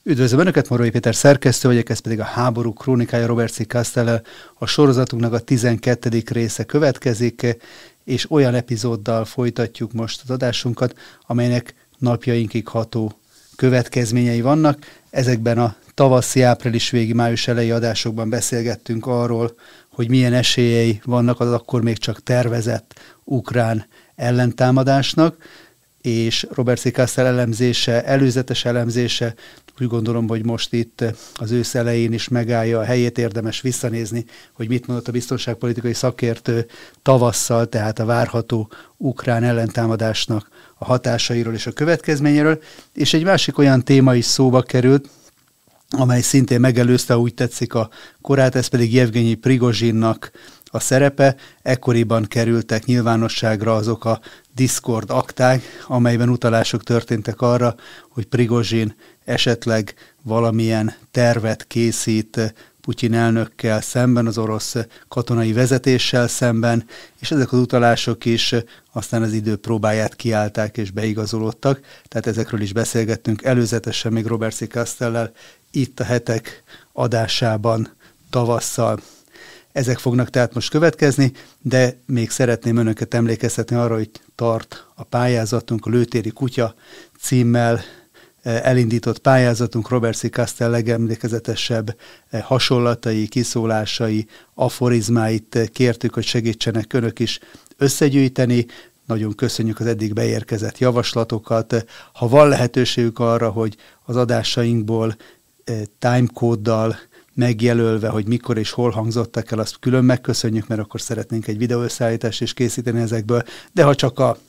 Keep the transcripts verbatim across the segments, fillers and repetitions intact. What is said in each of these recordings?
Üdvözlöm Önöket, Morvai Péter szerkesztő vagyok, ez pedig a Háború krónikája Robert C. Castellel. A sorozatunknak a tizenkettedik része következik, és olyan epizóddal folytatjuk most az adásunkat, amelynek napjainkig ható következményei vannak. Ezekben a tavaszi, április végi, május elejé adásokban beszélgettünk arról, hogy milyen esélyei vannak az akkor még csak tervezett ukrán ellentámadásnak, és Robert C. Castell elemzése, előzetes elemzése, úgy gondolom, hogy most itt az ősz elején is megállja a helyét, érdemes visszanézni, hogy mit mondott a biztonságpolitikai szakértő tavasszal, tehát a várható ukrán ellentámadásnak a hatásairól és a következményéről, és egy másik olyan téma is szóba került, amely szintén megelőzte, úgy tetszik a korát, ez pedig Jevgenyi Prigozsinnak a szerepe. Ekkoriban kerültek nyilvánosságra azok a Discord akták, amelyben utalások történtek arra, hogy Prigozsin esetleg valamilyen tervet készít Putyin elnökkel szemben, az orosz katonai vezetéssel szemben, és ezek az utalások is aztán az idő próbáját kiállták és beigazolódtak. Tehát ezekről is beszélgettünk előzetesen még Robert C. Castellel itt a hetek adásában tavasszal. Ezek fognak tehát most következni, de még szeretném Önöket emlékeztetni arra, hogy tart a pályázatunk, a Lőtéri Kutya címmel elindított pályázatunk, Robert C. Castell legemlékezetesebb hasonlatai, kiszólásai, aforizmáit kértük, hogy segítsenek Önök is összegyűjteni. Nagyon köszönjük az eddig beérkezett javaslatokat. Ha van lehetőségük arra, hogy az adásainkból timecode-dal megjelölve, hogy mikor és hol hangzottak el, azt külön megköszönjük, mert akkor szeretnénk egy videóösszeállítást is készíteni ezekből, de ha csak a,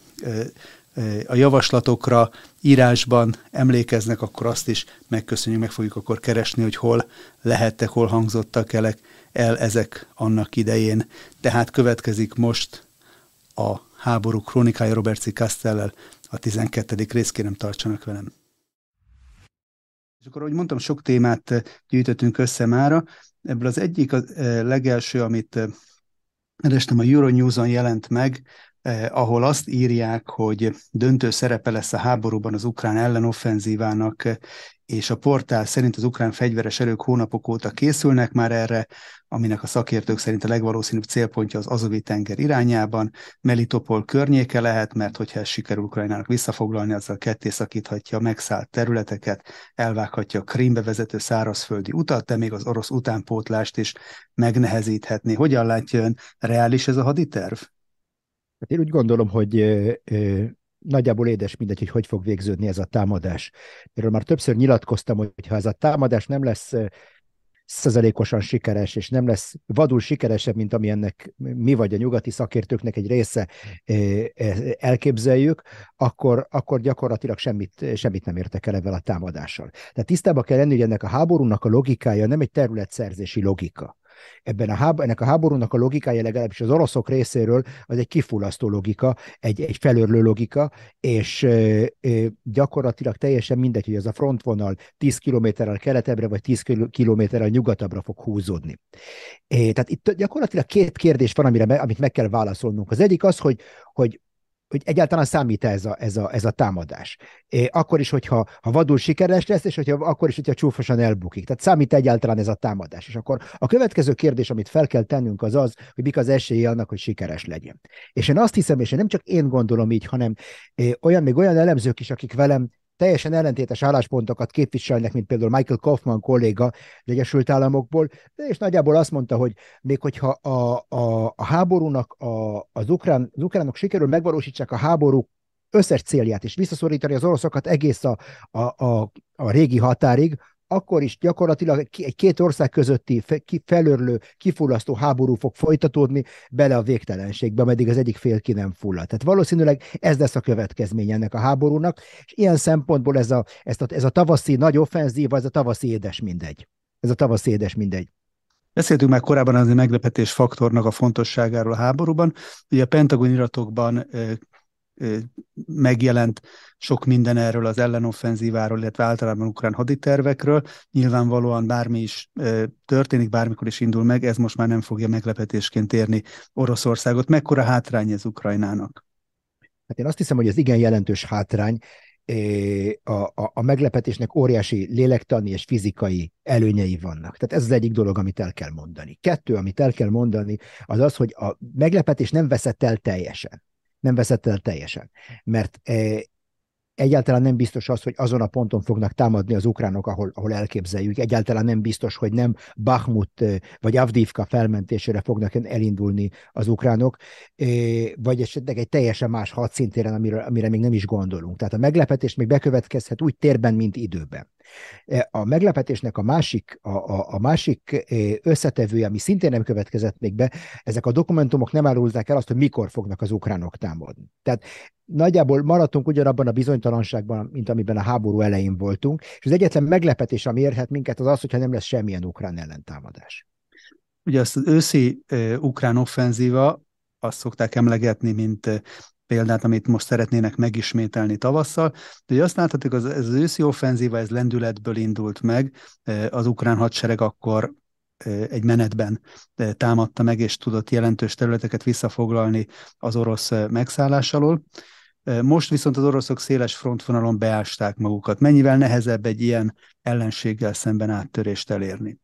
a javaslatokra írásban emlékeznek, akkor azt is megköszönjük, meg fogjuk akkor keresni, hogy hol lehettek, hol hangzottak el, el ezek annak idején. Tehát következik most a Háború krónikája Robert C. Castellel, a tizenkettedik rész, kérem tartsanak velem. És akkor, ahogy mondtam, sok témát gyűjtöttünk össze mára. Ebből az egyik, a legelső, amit kerestem, a Euronews-on jelent meg, eh, ahol azt írják, hogy döntő szerepe lesz a háborúban az ukrán ellenoffenzívának, és a portál szerint az ukrán fegyveres erők hónapok óta készülnek már erre, aminek a szakértők szerint a legvalószínűbb célpontja az Azovi-tenger irányában, Melitopol környéke lehet, mert hogyha ez sikerül Ukrajnának visszafoglalni, azzal ketté szakíthatja a megszállt területeket, elvághatja a Krímbe vezető szárazföldi utat, de még az orosz utánpótlást is megnehezíthetné. Hogyan látja Ön, reális ez a haditerv? Hát én úgy gondolom, hogy ö, ö, nagyjából édes mindegy, hogy hogy fog végződni ez a támadás. Erről már többször nyilatkoztam, hogy ha ez a támadás nem lesz százalékosan sikeres, és nem lesz vadul sikeresebb, mint ami ennek mi vagy a nyugati szakértőknek egy része elképzeljük, akkor, akkor gyakorlatilag semmit, semmit nem értek el ezzel a támadással. Tehát tisztában kell lenni, hogy ennek a háborúnak a logikája nem egy területszerzési logika. Ebben a háb- ennek a háborúnak a logikája legalábbis az oroszok részéről az egy kifullasztó logika, egy, egy felőrlő logika, és e, e, gyakorlatilag teljesen mindegy, hogy ez a frontvonal tíz kilométerrel keletebbre, vagy tíz kilométerrel nyugatabbra fog húzódni. E, tehát itt gyakorlatilag két kérdés van, amire, amit meg kell válaszolnunk. Az egyik az, hogy, hogy hogy egyáltalán számít ez a, ez a, ez a támadás. É, akkor is, hogyha ha vadul sikeres lesz, és hogyha, akkor is, hogyha csúfosan elbukik. Tehát számít egyáltalán ez a támadás. És akkor a következő kérdés, amit fel kell tennünk, az az, hogy mik az esélye annak, hogy sikeres legyen. És én azt hiszem, és nem csak én gondolom így, hanem é, olyan, még olyan elemzők is, akik velem teljesen ellentétes álláspontokat képviselnek, mint például Michael Kaufman kolléga az Egyesült Államokból, és nagyjából azt mondta, hogy még hogyha a, a, a háborúnak a, az, ukrán, az ukránok sikerül megvalósítsák a háború összes célját, és visszaszorítani az oroszokat egész a, a, a, a régi határig, akkor is gyakorlatilag egy két ország közötti felőrlő, kifullasztó háború fog folytatódni bele a végtelenségbe, ameddig az egyik fél ki nem fullad. Tehát valószínűleg ez lesz a következmény ennek a háborúnak, és ilyen szempontból ez a, ez a, ez a tavaszi nagy offenzíva, ez a tavaszi édes mindegy. Ez a tavaszi édes mindegy. Beszéltünk már korábban az meglepetés faktornak a fontosságáról a háborúban. Ugye a Pentagon iratokban megjelent sok minden erről az ellenoffenzíváról, illetve általában ukrán haditervekről. Nyilvánvalóan bármi is történik, bármikor is indul meg, ez most már nem fogja meglepetésként érni Oroszországot. Mekkora hátrány ez Ukrajnának? Hát én azt hiszem, hogy ez igen jelentős hátrány, a, a, a meglepetésnek óriási lélektani és fizikai előnyei vannak. Tehát ez az egyik dolog, amit el kell mondani. Kettő, amit el kell mondani, az az, hogy a meglepetés nem veszett el teljesen. Nem veszett el teljesen. Mert egyáltalán nem biztos az, hogy azon a ponton fognak támadni az ukránok, ahol, ahol elképzeljük. Egyáltalán nem biztos, hogy nem Bakhmut vagy Avdiivka felmentésére fognak elindulni az ukránok, vagy esetleg egy teljesen más hadszintéren, amire, amire még nem is gondolunk. Tehát a meglepetés még bekövetkezhet úgy térben, mint időben. A meglepetésnek a másik, a, a, a másik összetevője, ami szintén nem következett még be, ezek a dokumentumok nem árulták el azt, hogy mikor fognak az ukránok támadni. Tehát nagyjából maradtunk ugyanabban a bizonytalanságban, mint amiben a háború elején voltunk, és az egyetlen meglepetés, ami érhet minket, az az, hogyha nem lesz semmilyen ukrán ellentámadás. Ugye azt az őszi uh, ukrán offenzíva, azt szokták emlegetni, mint uh, példát, amit most szeretnének megismételni tavasszal. De ugye azt láthatjuk, hogy ez az őszi offenzíva, ez lendületből indult meg, uh, az ukrán hadsereg akkor uh, egy menetben uh, támadta meg, és tudott jelentős területeket visszafoglalni az orosz uh, megszállás alól. Most viszont az oroszok széles frontvonalon beásták magukat. Mennyivel nehezebb egy ilyen ellenséggel szemben áttörést elérni?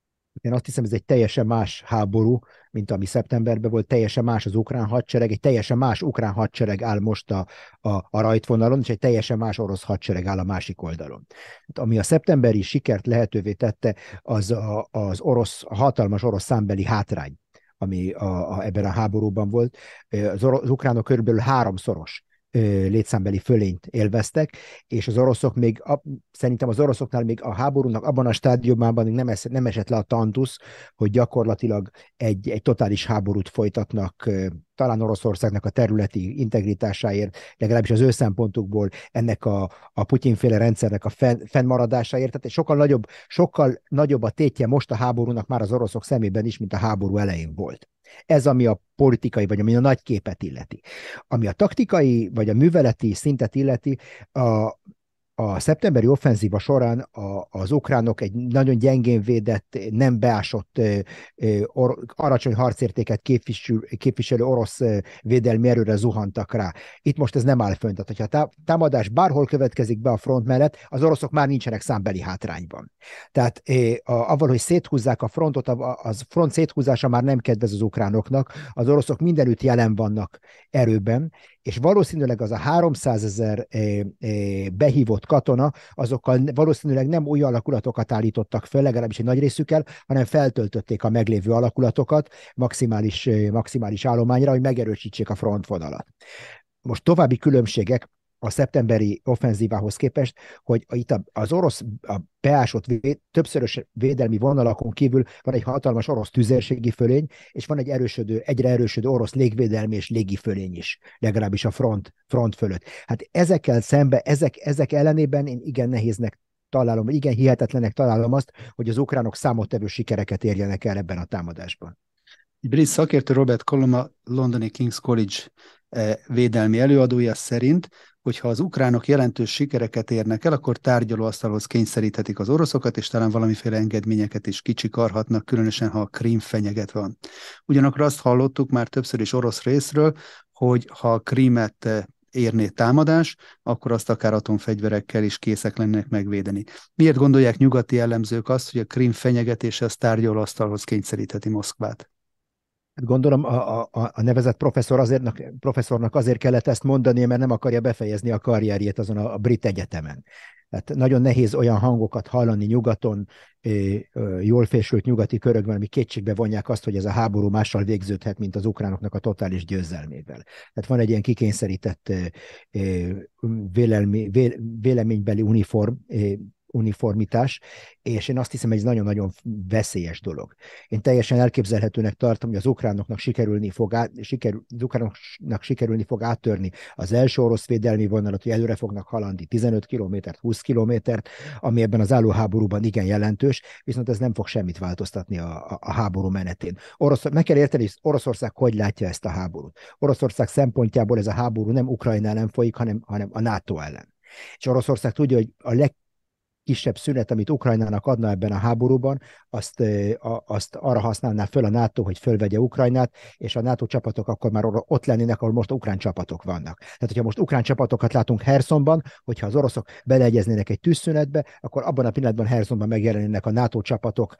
Én azt hiszem, ez egy teljesen más háború, mint ami szeptemberben volt, teljesen más az ukrán hadsereg, egy teljesen más ukrán hadsereg áll most a, a, a rajtvonalon, és egy teljesen más orosz hadsereg áll a másik oldalon. Ami a szeptemberi sikert lehetővé tette, az a, az orosz, a hatalmas orosz számbeli hátrány, ami a, a, ebben a háborúban volt. Az, orosz, az ukránok körülbelül háromszoros létszámbeli fölényt élveztek, és az oroszok még, a, szerintem az oroszoknál még a háborúnak abban a stádiumában még nem, esz, nem esett le a tantusz, hogy gyakorlatilag egy, egy totális háborút folytatnak, talán Oroszországnak a területi integritásáért, legalábbis az ő szempontukból ennek a, a Putyin-féle rendszernek a fenn, fennmaradásáért. Tehát sokkal nagyobb, sokkal nagyobb a tétje most a háborúnak már az oroszok szemében is, mint a háború elején volt. Ez ami a politikai, vagy ami a nagy képet illeti. Ami a taktikai, vagy a műveleti szintet illeti, a, a szeptemberi offenzíva során a, az ukránok egy nagyon gyengén védett, nem beásott, or, alacsony harcértéket képviselő, képviselő orosz védelmi erőre zuhantak rá. Itt most ez nem áll fönn. Tehát, hogyha a támadás bárhol következik be a front mellett, az oroszok már nincsenek számbeli hátrányban. Tehát avval, hogy széthúzzák a frontot, az front széthúzása már nem kedvez az ukránoknak, az oroszok mindenütt jelen vannak erőben, és valószínűleg az a háromszázezer behívott katona, azokkal valószínűleg nem új alakulatokat állítottak föl, legalábbis egy nagy részükkel, hanem feltöltötték a meglévő alakulatokat maximális, maximális állományra, hogy megerősítsék a frontvonalat. Most további különbségek a szeptemberi offenzívához képest, hogy itt az orosz a beásott véd, többszörös védelmi vonalakon kívül van egy hatalmas orosz tüzérségi fölény, és van egy erősödő, egyre erősödő orosz légvédelmi és légi fölény is, legalábbis a front, front fölött. Hát ezekkel szembe, ezek, ezek ellenében én igen nehéznek találom, vagy igen hihetetlenek találom azt, hogy az ukránok számottevő sikereket érjenek el ebben a támadásban. Egy brit szakértő, Robert Collum, a londoni King's College védelmi előadója szerint, hogyha az ukránok jelentős sikereket érnek el, akkor tárgyalóasztalhoz kényszeríthetik az oroszokat, és talán valamiféle engedményeket is kicsikarhatnak, különösen ha a Krím fenyegetve van. Ugyanakkor azt hallottuk már többször is orosz részről, hogy ha a Krímet érné támadás, akkor azt akár atomfegyverekkel is készek lennének megvédeni. Miért gondolják nyugati elemzők azt, hogy a Krím fenyegetése az tárgyalóasztalhoz kényszerítheti Moszkvát? Gondolom a, a, a nevezett professzor azért, professzornak azért kellett ezt mondani, mert nem akarja befejezni a karrierjét azon a, a brit egyetemen. Tehát nagyon nehéz olyan hangokat hallani nyugaton, jól fésült nyugati körökben, amik kétségbe vonják azt, hogy ez a háború mással végződhet, mint az ukránoknak a totális győzelmével. Tehát van egy ilyen kikényszerített vélelmi, véleménybeli uniform, uniformitás, és én azt hiszem, hogy ez nagyon-nagyon veszélyes dolog. Én teljesen elképzelhetőnek tartom, hogy az ukránoknak sikerülni fog, át, sikerül, az ukránoknak sikerülni fog áttörni az első orosz védelmi vonalat, hogy előre fognak haladni tizenöt kilométert, húsz kilométert, ami ebben az állóháborúban igen jelentős, viszont ez nem fog semmit változtatni a, a, a háború menetén. Orosz, meg kell érteni, hogy Oroszország hogy látja ezt a háborút. Oroszország szempontjából ez a háború nem Ukrajna ellen folyik, hanem, hanem a NATO ellen. És Oroszország tudja, hogy a leg kisebb szünet, amit Ukrajnának adna ebben a háborúban, azt, azt arra használná föl a NATO, hogy fölvegye Ukrajnát, és a NATO csapatok akkor már ott lennének, ahol most ukrán csapatok vannak. Tehát, hogyha most ukrán csapatokat látunk Hersonban, hogyha az oroszok beleegyeznének egy tűzszünetbe, akkor abban a pillanatban Hersonban megjelennének a NATO csapatok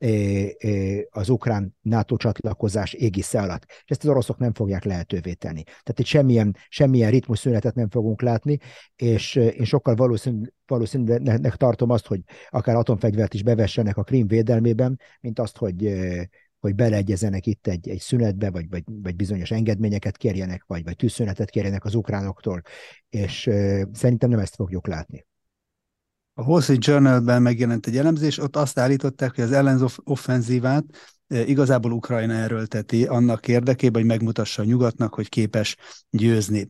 az ukrán NATO csatlakozás égisze alatt. És ezt az oroszok nem fogják lehetővé tenni. Tehát itt semmilyen, semmilyen ritmusszünetet nem fogunk látni, és én sokkal valószínű, valószínűleg tartom azt, hogy akár atomfegyvert is bevessenek a Krím védelmében, mint azt, hogy, hogy beleegyezenek itt egy, egy szünetbe, vagy, vagy, vagy bizonyos engedményeket kérjenek, vagy, vagy tűzszünetet kérjenek az ukránoktól, és szerintem nem ezt fogjuk látni. A Wall Street Journal-ben megjelent egy elemzés, ott azt állították, hogy az ellenoffenzívát igazából Ukrajna erőlteti annak érdekében, hogy megmutassa a nyugatnak, hogy képes győzni.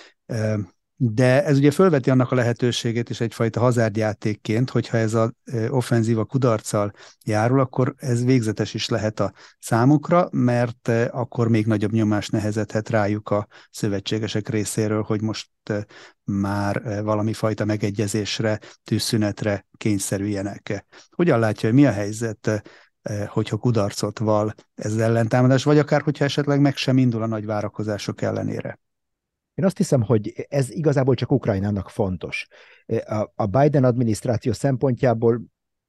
De ez ugye fölveti annak a lehetőségét is egyfajta hazárdjátékként, hogyha ez az offenzíva kudarccal járul, akkor ez végzetes is lehet a számukra, mert akkor még nagyobb nyomás nehezedhet rájuk a szövetségesek részéről, hogy most már valami fajta megegyezésre, tűzszünetre kényszerüljenek. Hogyan látja, hogy mi a helyzet, hogyha kudarcot val ez az ellentámadás, vagy akár hogyha esetleg meg sem indul a nagy várakozások ellenére? Én azt hiszem, hogy ez igazából csak Ukrajnának fontos. A, a Biden adminisztráció szempontjából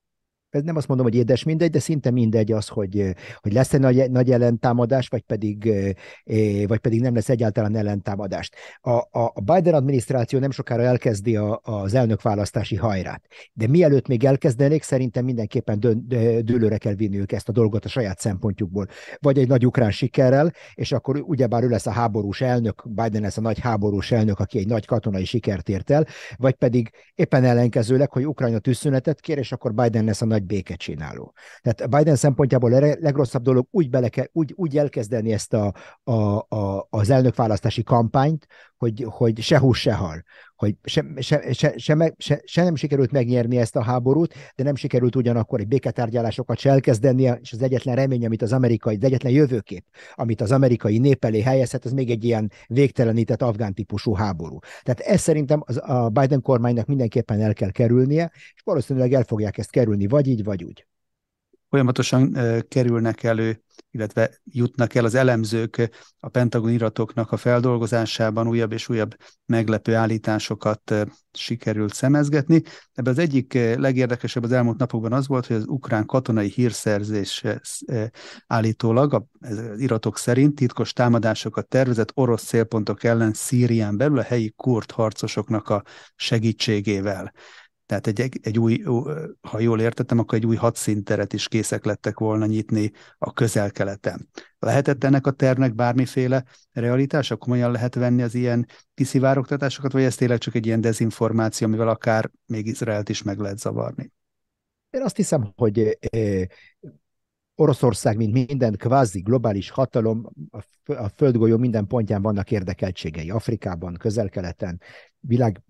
ez nem azt mondom, hogy édes mindegy, de szinte mindegy az, hogy, hogy lesz egy nagy, nagy ellentámadás, vagy pedig, vagy pedig nem lesz egyáltalán ellentámadást. A, a, a Biden adminisztráció nem sokára elkezdi a, az elnökválasztási hajrát, de mielőtt még elkezdenék, szerintem mindenképpen dö, dö, dőlőre kell vinniük ezt a dolgot a saját szempontjukból. Vagy egy nagy ukrán sikerrel, és akkor ugyebár ő lesz a háborús elnök, Biden lesz a nagy háborús elnök, aki egy nagy katonai sikert ért el, vagy pedig éppen ellenkezőleg, hogy Ukrajna tűzszünetet kér, és akkor Biden lesz a nagy békecsináló. Tehát Biden szempontjából a legrosszabb dolog úgy, bele kell, úgy, úgy elkezdeni ezt a, a, a, az elnökválasztási kampányt, hogy, hogy se hús, se hal. Hogy se, se, se, se, se, se nem sikerült megnyerni ezt a háborút, de nem sikerült ugyanakkor egy béketárgyalásokat se elkezdenie, és az egyetlen remény, amit az amerikai, az egyetlen jövőkép, amit az amerikai nép elé helyezhet, az még egy ilyen végtelenített afgán típusú háború. Tehát ezt szerintem az, a Biden kormánynak mindenképpen el kell kerülnie, és valószínűleg el fogják ezt kerülni, vagy így, vagy úgy. Folyamatosan uh, kerülnek elő, illetve jutnak el az elemzők a Pentagon iratoknak a feldolgozásában, újabb és újabb meglepő állításokat uh, sikerült szemezgetni. Ebben az egyik uh, legérdekesebb az elmúlt napokban az volt, hogy az ukrán katonai hírszerzés uh, állítólag a, az iratok szerint titkos támadásokat tervezett orosz célpontok ellen Szírián belül a helyi kurd harcosoknak a segítségével. Tehát egy, egy új, ha jól értettem, akkor egy új hadszínteret is készek lettek volna nyitni a Közel-Keleten. Lehetett ennek a tervnek bármiféle realitása? Komolyan lehet venni az ilyen kiszivárogtatásokat, vagy ez tényleg csak egy ilyen dezinformáció, amivel akár még Izraelt is meg lehet zavarni? Én azt hiszem, hogy eh, Oroszország, mint minden kvázi globális hatalom, a földgolyó minden pontján vannak érdekeltségei. Afrikában, Közel-Keleten, világ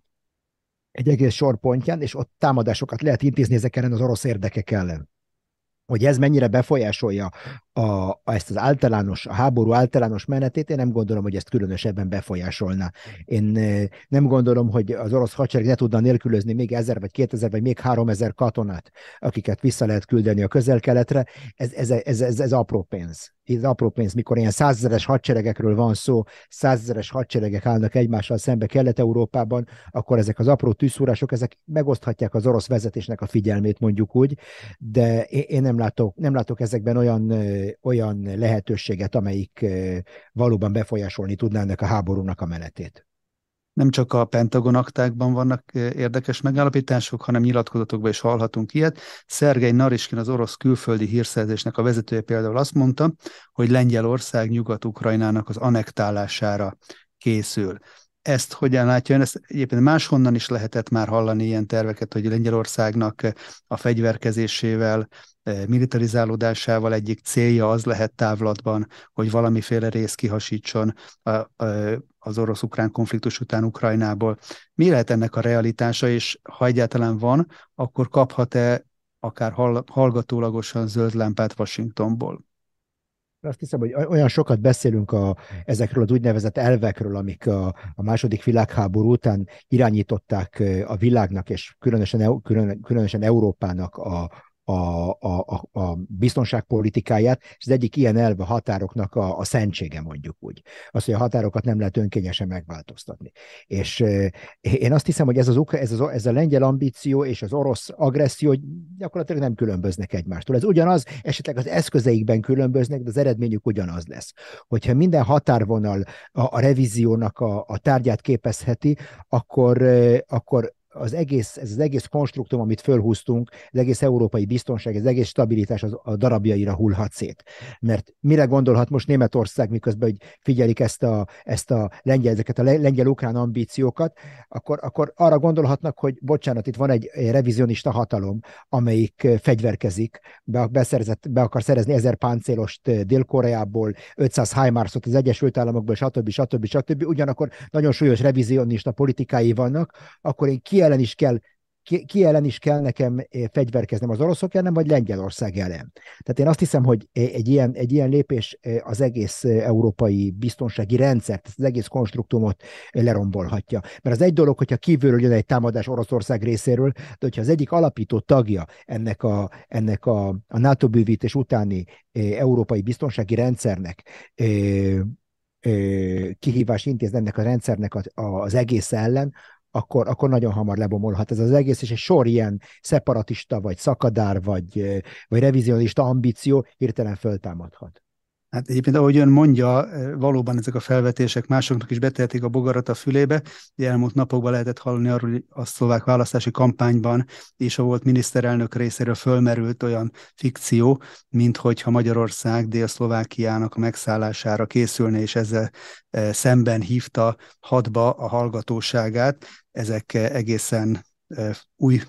egy egész sor pontján, és ott támadásokat lehet intézni ezek ellen az orosz érdekek ellen. Hogy ez mennyire befolyásolja a, a, ezt az általános, a háború általános menetét, én nem gondolom, hogy ezt különösebben befolyásolná. Én nem gondolom, hogy az orosz hadsereg ne tudna nélkülözni még ezer, vagy kétezer, vagy még háromezer katonát, akiket vissza lehet küldeni a Közel-Keletre. Ez, ez, ez, ez, ez apró pénz. Ez apró pénz, mikor ilyen százezeres hadseregekről van szó, százezeres hadseregek állnak egymással szembe Kelet-Európában, akkor ezek az apró tűzszúrások, ezek megoszthatják az orosz vezetésnek a figyelmét, mondjuk úgy, de én nem látok, nem látok ezekben olyan, olyan lehetőséget, amelyik valóban befolyásolni tudná ennek a háborúnak a menetét. Nem csak a Pentagon aktákban vannak érdekes megállapítások, hanem nyilatkozatokban is hallhatunk ilyet. Szergej Nariskin, az orosz külföldi hírszerzésnek a vezetője például azt mondta, hogy Lengyelország Nyugat-Ukrajnának az annektálására készül. Ezt hogyan látja ön? Ezt egyébként máshonnan is lehetett már hallani ilyen terveket, hogy Lengyelországnak a fegyverkezésével, militarizálódásával egyik célja az lehet távlatban, hogy valamiféle rész kihasítson az orosz-ukrán konfliktus után Ukrajnából. Mi lehet ennek a realitása, és ha egyáltalán van, akkor kaphat-e akár hallgatólagosan zöld lámpát Washingtonból? Azt hiszem, hogy olyan sokat beszélünk a, ezekről az úgynevezett elvekről, amik a, a második világháború után irányították a világnak, és különösen, külön, különösen Európának a, a, a, a, a biztonságpolitikáját, és az egyik ilyen elve a határoknak a, a szentsége, mondjuk úgy. Az, hogy a határokat nem lehet önkényesen megváltoztatni. És e, én azt hiszem, hogy ez, az, ez, az, ez a lengyel ambíció és az orosz agresszió gyakorlatilag nem különböznek egymástól. Ez ugyanaz, esetleg az eszközeikben különböznek, de az eredményük ugyanaz lesz. Hogyha minden határvonal a, a revíziónak a, a tárgyát képezheti, akkor, e, akkor az egész, ez az egész konstruktum, amit fölhúztunk, az egész európai biztonság, az egész stabilitás az, a darabjaira hullhat szét. Mert mire gondolhat most Németország, miközben hogy figyelik ezt a, ezt a lengyel, ezeket a lengyel-ukrán ambíciókat, akkor, akkor arra gondolhatnak, hogy bocsánat, itt van egy revizionista hatalom, amelyik fegyverkezik, be, beszerzett, be akar szerezni ezer páncélost Dél-Koreából, ötszáz HIMARS-ot az Egyesült Államokból, stb. stb. stb. Ugyanakkor nagyon súlyos revizionista politikái vannak, akkor én ki ellen is kell, ki, ki ellen is kell nekem fegyverkeznem, az oroszok ellen, vagy Lengyelország ellen. Tehát én azt hiszem, hogy egy ilyen, egy ilyen lépés az egész európai biztonsági rendszert, az egész konstruktumot lerombolhatja. Mert az egy dolog, hogyha kívülről jön egy támadás Oroszország részéről, de hogyha az egyik alapító tagja ennek a, ennek a, a NATO bővítés utáni európai biztonsági rendszernek kihívás intéz ennek a rendszernek az egész ellen, akkor, akkor nagyon hamar lebomolhat ez az egész, és egy sor ilyen szeparatista, vagy szakadár, vagy, vagy revizionista ambíció hirtelen föltámadhat. Hát egyébként, ahogy ön mondja, valóban ezek a felvetések másoknak is betehetik a bogarat a fülébe. Elmúlt napokban lehetett hallani arról, hogy a szlovák választási kampányban és a volt miniszterelnök részéről fölmerült olyan fikció, mint hogyha Magyarország Dél-Szlovákiának a megszállására készülne, és ezzel szemben hívta hadba a hallgatóságát. Ezek egészen új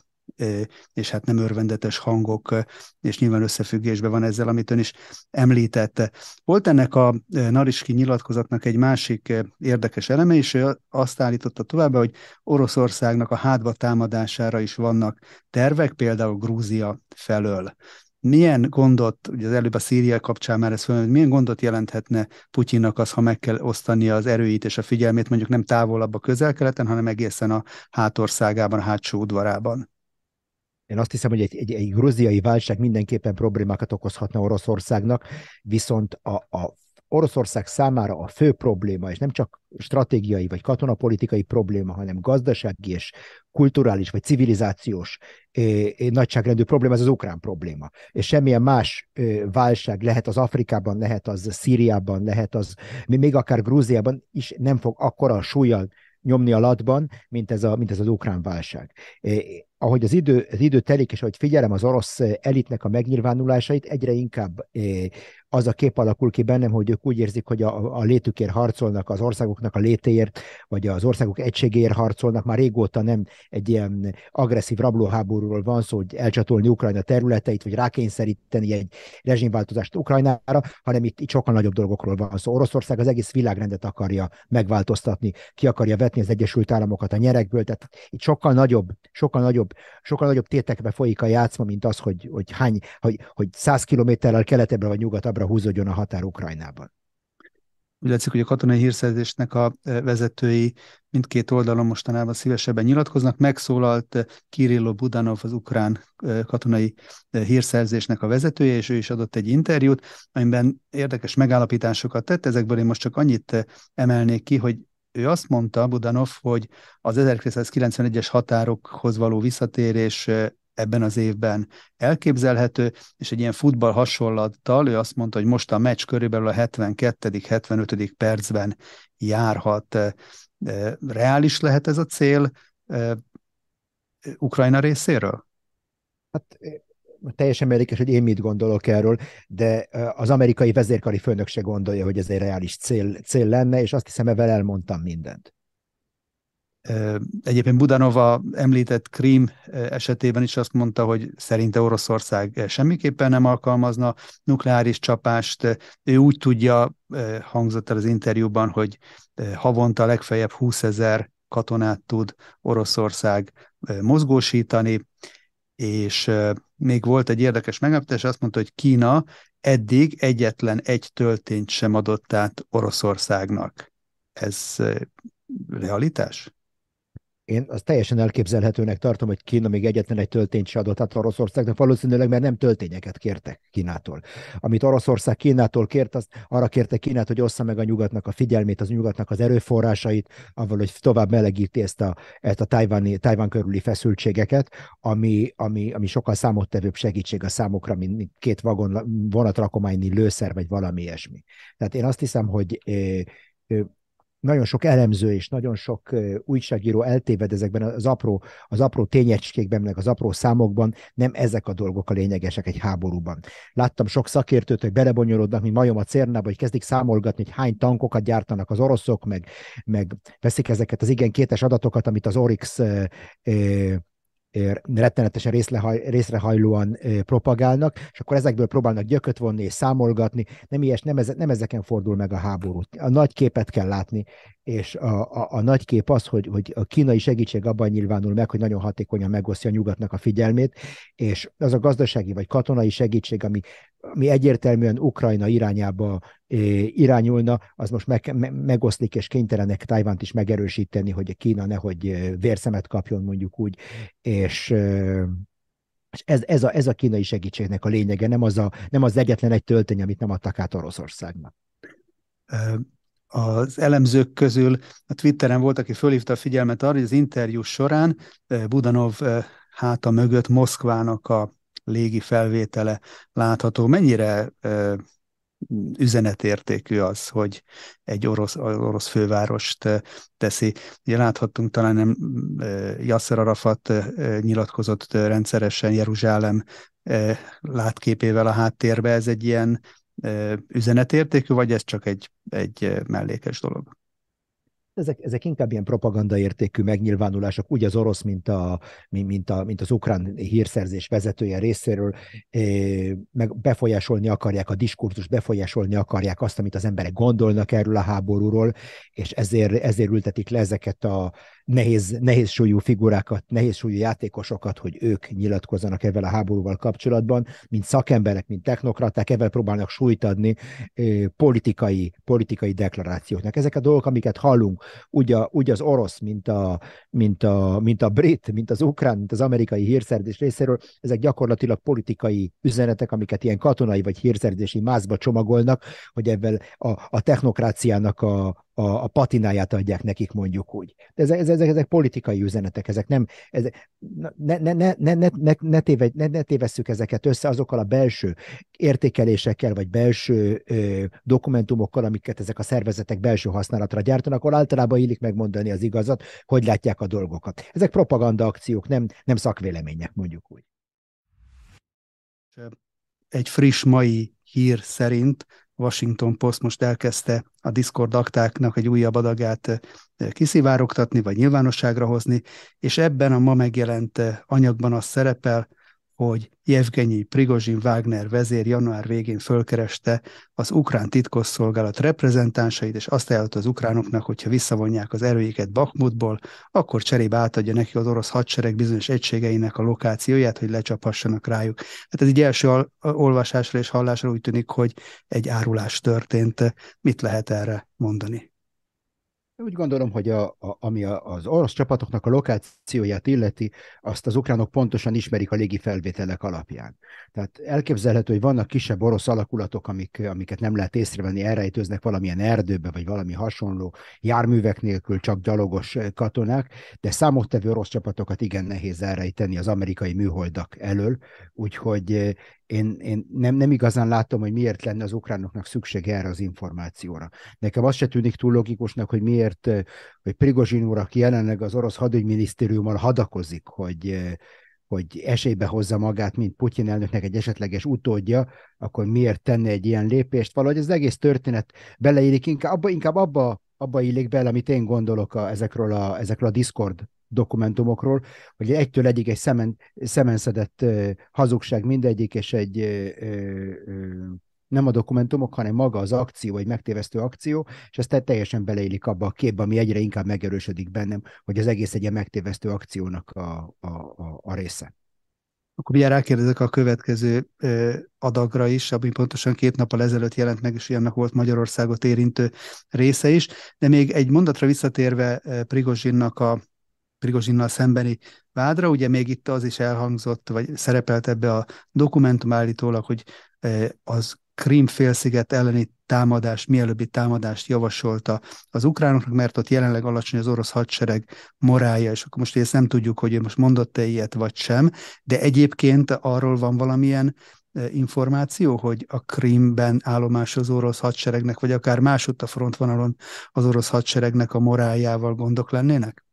és hát nem örvendetes hangok, és nyilván összefüggésben van ezzel, amit ön is említette. Volt ennek a Nariski nyilatkozatnak egy másik érdekes eleme, és ő azt állította tovább, hogy Oroszországnak a hátba támadására is vannak tervek, például Grúzia felől. Milyen gondot, ugye az előbb a Szíria kapcsán már ez föl, milyen gondot jelenthetne Putyinnak az, ha meg kell osztania az erőit és a figyelmét, mondjuk nem távolabb a közel-keleten, hanem egészen a hátországában, a hátsó udvarában? Én azt hiszem, hogy egy, egy, egy grúziai válság mindenképpen problémákat okozhatna Oroszországnak, viszont a, a Oroszország számára a fő probléma, és nem csak stratégiai vagy katonapolitikai probléma, hanem gazdasági és kulturális vagy civilizációs eh, nagyságrendű probléma, ez az ukrán probléma. És semmilyen más eh, válság, lehet az Afrikában, lehet az Szíriában, lehet az még akár Grúziában is nem fog akkora súllyal nyomni a latban, mint ez, a, mint ez az ukrán válság. Eh, ahogy az idő, az idő telik, és ahogy figyelem az orosz elitnek a megnyilvánulásait, egyre inkább eh, az a kép alakul ki bennem, hogy ők úgy érzik, hogy a, a létükért harcolnak, az országoknak a létéért, vagy az országok egységéért harcolnak. Már régóta nem egy ilyen agresszív rablóháborúról van szó, hogy elcsatolni Ukrajna területeit, vagy rákényszeríteni egy rezsimváltozást Ukrajnára, hanem itt, itt sokkal nagyobb dolgokról van szó. Oroszország az egész világrendet akarja megváltoztatni, ki akarja vetni az Egyesült Államokat a nyerekből, tehát itt sokkal nagyobb, sokkal nagyobb, sokkal nagyobb tétekbe folyik a játszma, mint az, hogy, hogy hány, hogy, hogy száz kilométerrel keletebbre vagy nyugatabbra húzódjon a határ Ukrajnában. Úgy látszik, hogy a katonai hírszerzésnek a vezetői mindkét oldalon mostanában szívesebben nyilatkoznak. Megszólalt Kirillo Budanov, az ukrán katonai hírszerzésnek a vezetője, és ő is adott egy interjút, amiben érdekes megállapításokat tett. Ezekből én most csak annyit emelnék ki, hogy ő azt mondta, Budanov, hogy az ezerkilencszázkilencvenegyes határokhoz való visszatérés ebben az évben elképzelhető, és egy ilyen futball hasonlattal ő azt mondta, hogy most a meccs körülbelül a hetvenkettedik hetvenötödik percben járhat. Reális lehet ez a cél Ukrajna részéről? Hát teljesen érdekes, hogy én mit gondolok erről, de az amerikai vezérkari főnök se gondolja, hogy ez egy reális cél, cél lenne, és azt hiszem, ebben elmondtam mindent. Egyébként Budanova említett Krím esetében is azt mondta, hogy szerinte Oroszország semmiképpen nem alkalmazna nukleáris csapást. Ő úgy tudja, hangzott el az interjúban, hogy havonta legfeljebb húszezer katonát tud Oroszország mozgósítani, és még volt egy érdekes megállapítás, azt mondta, hogy Kína eddig egyetlen egy töltényt sem adott át Oroszországnak. Ez realitás? Én azt teljesen elképzelhetőnek tartom, hogy Kína még egyetlen egy töltényt se adott át Oroszországnak, valószínűleg, mert nem töltényeket kértek Kínától. Amit Oroszország Kínától kért, az arra kérte Kínát, hogy ossza meg a nyugatnak a figyelmét, az nyugatnak az erőforrásait, avval, hogy tovább melegíti ezt a, ezt a tájváni, Tájván körüli feszültségeket, ami, ami, ami sokkal számottevőbb segítség a számukra, mint, mint két vagon, vonatrakományi lőszer, vagy valami ilyesmi. Tehát én azt hiszem, hogy nagyon sok elemző és nagyon sok uh, újságíró eltéved ezekben az apró, az apró tényecskékben, meg az apró számokban, nem ezek a dolgok a lényegesek egy háborúban. Láttam sok szakértőt, hogy belebonyolódnak, mint majom a cérnába, hogy kezdik számolgatni, hogy hány tankokat gyártanak az oroszok, meg, meg veszik ezeket az igen kétes adatokat, amit az Oryx uh, uh, rettenetesen részlehaj, részrehajlóan propagálnak, és akkor ezekből próbálnak gyököt vonni és számolgatni. Nem, ilyes, nem, eze, nem ezeken fordul meg a háború. A nagy képet kell látni, és a, a, a nagy kép az, hogy, hogy a kínai segítség abban nyilvánul meg, hogy nagyon hatékonyan megosztja a nyugatnak a figyelmét, és az a gazdasági vagy katonai segítség, ami, ami egyértelműen Ukrajna irányába irányulna, az most meg, me, megoszlik, és kénytelenek Tajvant is megerősíteni, hogy Kína nehogy vérszemet kapjon, mondjuk úgy, és, és ez, ez, a, ez a kínai segítségnek a lényege, nem az, a, nem az egyetlen egy töltény, amit nem adtak át Oroszországnak. Az elemzők közül a Twitteren volt, aki fölhívta a figyelmet arra, hogy az interjú során Budanov háta mögött Moszkvának a légi felvétele látható. Mennyire üzenetértékű az, hogy egy orosz, orosz fővárost teszi. Ugye láthattunk, talán nem Yasser Arafat nyilatkozott rendszeresen Jeruzsálem látképével a háttérbe. Ez egy ilyen üzenetértékű, vagy ez csak egy, egy mellékes dolog? Ezek, ezek inkább ilyen propagandaértékű megnyilvánulások, úgy az orosz, mint, a, mint, a, mint az ukrán hírszerzés vezetője részéről, meg befolyásolni akarják a diskurzust, befolyásolni akarják azt, amit az emberek gondolnak erről a háborúról, és ezért, ezért ültetik le ezeket a nehéz, nehéz súlyú figurákat, nehéz súlyú játékosokat, hogy ők nyilatkozzanak ezzel a háborúval kapcsolatban, mint szakemberek, mint technokraták, ezzel próbálnak súlyt adni politikai, politikai deklarációknak. Ezek a dolgok, amiket hallunk, úgy, a, úgy az orosz, mint a, mint, a, mint a brit, mint az ukrán, mint az amerikai hírszerzés részéről, ezek gyakorlatilag politikai üzenetek, amiket ilyen katonai vagy hírszerzési mászba csomagolnak, hogy ebben a, a technokráciának a, a, a patináját adják nekik, mondjuk úgy. De ezek, ezek, ezek politikai üzenetek, ezek nem, ezek, ne, ne, ne, ne, ne, ne, ne, téve, ne, ne tévesszük ezeket össze azokkal a belső értékelésekkel, vagy belső ö, dokumentumokkal, amiket ezek a szervezetek belső használatra gyártanak, akkor általában illik megmondani az igazat, hogy látják a dolgokat. Ezek propaganda akciók, nem, nem szakvélemények, mondjuk úgy. Egy friss mai hír szerint Washington Post most elkezdte a Discord aktáknak egy újabb adagát kiszivárogtatni, vagy nyilvánosságra hozni, és ebben a ma megjelent anyagban az szerepel, hogy Jevgenyi Prigozsin Wagner vezér január végén fölkereste az ukrán titkosszolgálat reprezentánsait, és azt ajánlott az ukránoknak, hogyha visszavonják az erőiket Bakhmutból, akkor cserébe átadja neki az orosz hadsereg bizonyos egységeinek a lokációját, hogy lecsaphassanak rájuk. Hát ez egy első olvasásra és hallásra úgy tűnik, hogy egy árulás történt. Mit lehet erre mondani? Úgy gondolom, hogy a, a, ami a, az orosz csapatoknak a lokációját illeti, azt az ukránok pontosan ismerik a légi felvételek alapján. Tehát elképzelhető, hogy vannak kisebb orosz alakulatok, amik, amiket nem lehet észrevenni, elrejtőznek valamilyen erdőbe, vagy valami hasonló, járművek nélkül csak gyalogos katonák, de számottevő orosz csapatokat igen nehéz elrejteni az amerikai műholdak elől, úgyhogy én, én nem, nem igazán látom, hogy miért lenne az ukránoknak szüksége erre az információra. Nekem az se tűnik túl logikusnak, hogy miért, hogy Prigozsin úr, aki jelenleg az orosz hadügyminisztériummal hadakozik, hogy, hogy esélybe hozza magát, mint Putyin elnöknek egy esetleges utódja, akkor miért tenne egy ilyen lépést? Valahogy az egész történet beleillik, inkább abba, inkább abba, abba illik bele, amit én gondolok a, ezekről, a, ezekről a Discord dokumentumokról, hogy egytől egyig egy szemen, szemenszedett uh, hazugság mindegyik, és egy uh, uh, nem a dokumentumok, hanem maga az akció, egy megtévesztő akció, és ez teljesen beleillik abba a képbe, ami egyre inkább megerősödik bennem, hogy az egész egy ilyen megtévesztő akciónak a, a, a, a része. Akkor ugye rákérdezek a következő ö, adagra is, ami pontosan két nappal ezelőtt jelent meg, és annak volt Magyarországot érintő része is. De még egy mondatra visszatérve ö, Prigozsinnak a Prigozsinnal szembeni vádra, ugye még itt az is elhangzott, vagy szerepelt ebbe a dokumentum állítólag, hogy ö, az Krím-félsziget elleni támadást, mielőbbi támadást javasolta az ukránoknak, mert ott jelenleg alacsony az orosz hadsereg morálja, és akkor most ezt nem tudjuk, hogy ő most mondott-e ilyet, vagy sem, de egyébként arról van valamilyen információ, hogy a Krímben állomásozó orosz hadseregnek, vagy akár másutt a frontvonalon az orosz hadseregnek a moráljával gondok lennének?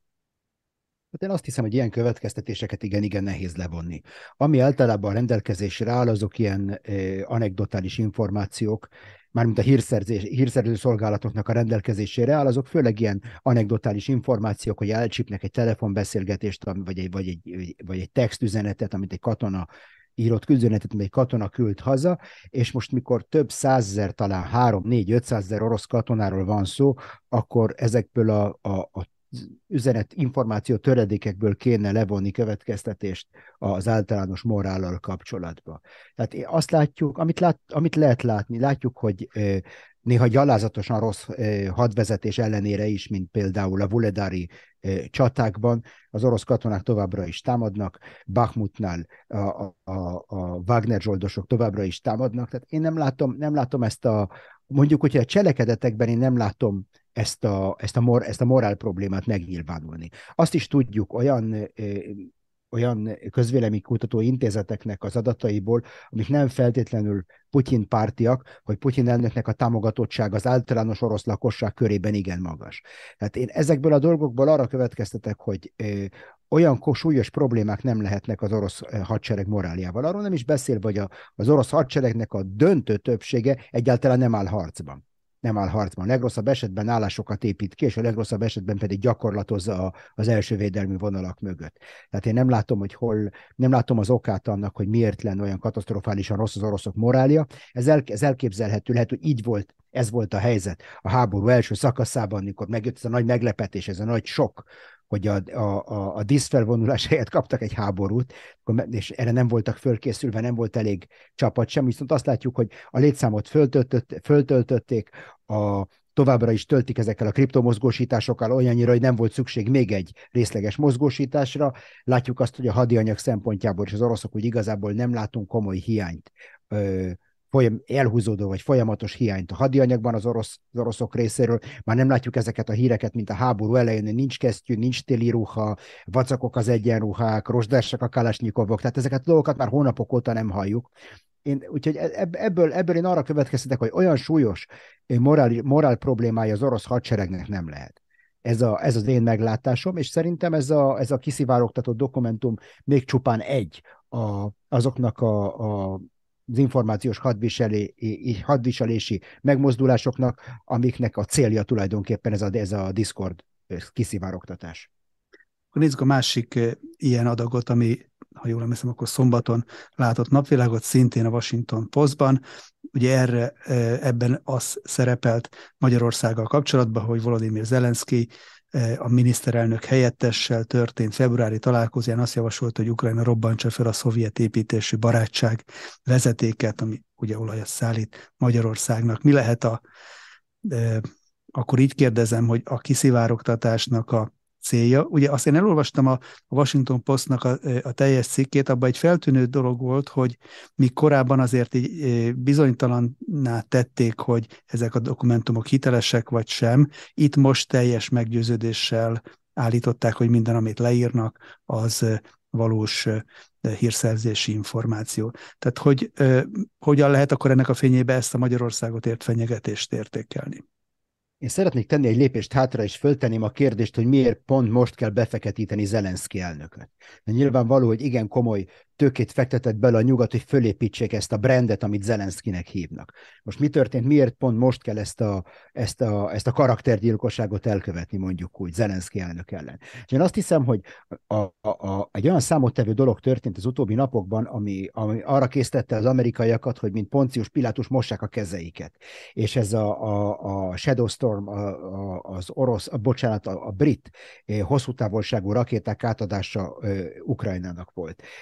Hát én azt hiszem, hogy ilyen következtetéseket igen-igen nehéz levonni. Ami általában a rendelkezésre áll, azok ilyen eh, anekdotális információk, mármint a hírszerzés, hírszerző szolgálatoknak a rendelkezésére áll, azok főleg ilyen anekdotális információk, hogy elcsípnek egy telefonbeszélgetést, vagy egy, vagy egy, vagy egy textüzenetet, amit egy katona írott üzenetet, amit egy katona küld haza, és most mikor több százezer, talán három, négy, ötszázezer orosz katonáról van szó, akkor ezekből a, a, a üzenet információ töredékekből kéne levonni következtetést az általános morállal kapcsolatban. Tehát azt látjuk, amit, lát, amit lehet látni, látjuk, hogy eh, néha gyalázatosan rossz eh, hadvezetés ellenére is, mint például a vuledári eh, csatákban, az orosz katonák továbbra is támadnak, Bakhmutnál a, a, a Wagner zsoldosok továbbra is támadnak, tehát én nem látom, nem látom ezt a, mondjuk, hogyha a cselekedetekben én nem látom ezt a, ezt a, mor, ezt a morál problémát megnyilvánulni. Azt is tudjuk olyan, ö, olyan közvéleménykutató intézeteknek az adataiból, amik nem feltétlenül Putyin pártiak, hogy Putyin elnöknek a támogatottság az általános orosz lakosság körében igen magas. Tehát én ezekből a dolgokból arra következtetek, hogy ö, olyan súlyos problémák nem lehetnek az orosz hadsereg moráljával. Arról nem is beszélve, hogy a, az orosz hadseregnek a döntő többsége egyáltalán nem áll harcban. Nem áll harcban. A legrosszabb esetben állásokat épít ki, és a legrosszabb esetben pedig gyakorlatozza a, az első védelmi vonalak mögött. Tehát én nem látom, hogy hol, nem látom az okát annak, hogy miért lenne olyan katasztrofálisan rossz az oroszok morálja. Ez, el, ez elképzelhető, lehet, hogy így volt, ez volt a helyzet a háború első szakaszában, amikor megjött ez a nagy meglepetés, ez a nagy sok, hogy a, a, a, a díszfelvonulás helyett kaptak egy háborút, és erre nem voltak fölkészülve, nem volt elég csapat sem, viszont azt látjuk, hogy a létszámot föltöltött, föltöltötték, a, továbbra is töltik ezekkel a kriptomozgósításokkal olyannyira, hogy nem volt szükség még egy részleges mozgósításra. Látjuk azt, hogy a hadianyag szempontjából és az oroszok úgy igazából nem látunk komoly hiányt, folyam, elhúzódó vagy folyamatos hiányt a hadianyagban az, orosz, az oroszok részéről. Már nem látjuk ezeket a híreket, mint a háború elején, hogy nincs kesztyű, nincs téli ruha, vacakok az egyenruhák, rozsdássak a kalasnyikovok, tehát ezeket a dolgokat már hónapok óta nem halljuk. Én, úgyhogy ebből, ebből én arra következtetek, hogy olyan súlyos morál, morál problémája az orosz hadseregnek nem lehet. Ez, a, ez az én meglátásom, és szerintem ez a, ez a kiszivárogtatott dokumentum még csupán egy a, azoknak a, a az információs hadviselé, hadviselési megmozdulásoknak, amiknek a célja tulajdonképpen ez a, ez a Discord kiszivárogtatás. Nézzük a másik ilyen adagot, ami, ha jól emlékszem, akkor szombaton látott napvilágot, szintén a Washington Postban. Ugye erre, ebben az szerepelt Magyarországgal kapcsolatban, hogy Volodymyr Zelenszky a miniszterelnök helyettessel történt februári találkozóján azt javasolt, hogy Ukrajna robbantsa fel a szovjet építésű barátság vezetéket, ami ugye olajat szállít Magyarországnak. Mi lehet a, e, akkor így kérdezem, hogy a kiszivárogtatásnak a célja? Ugye azt én elolvastam a Washington Postnak a, a teljes cikkét, abban egy feltűnő dolog volt, hogy míg korábban azért így bizonytalanná tették, hogy ezek a dokumentumok hitelesek vagy sem, itt most teljes meggyőződéssel állították, hogy minden, amit leírnak, az valós hírszerzési információ. Tehát hogy, hogyan lehet akkor ennek a fényébe ezt a Magyarországot ért fenyegetést értékelni? Én szeretnék tenni egy lépést hátra, és föltenném a kérdést, hogy miért pont most kell befeketíteni Zelenszky elnököt. De nyilvánvaló, hogy igen komoly tőkét fektetett bele a nyugat, hogy fölépítsék ezt a brandet, amit Zelenszkynek hívnak. Most mi történt, miért pont most kell ezt a, ezt a, ezt a karaktergyilkosságot elkövetni, mondjuk úgy, Zelenszky elnök ellen. És én azt hiszem, hogy a, a, a, egy olyan számottevő dolog történt az utóbbi napokban, ami, ami arra késztette az amerikaiakat, hogy mint Poncius Pilátus mossák a kezeiket. És ez a, a, a Shadow Storm, a, a, az orosz, a, bocsánat, a, a brit hosszú távolságú rakéták átadása uh, Ukrajnának volt. És én azt hiszem,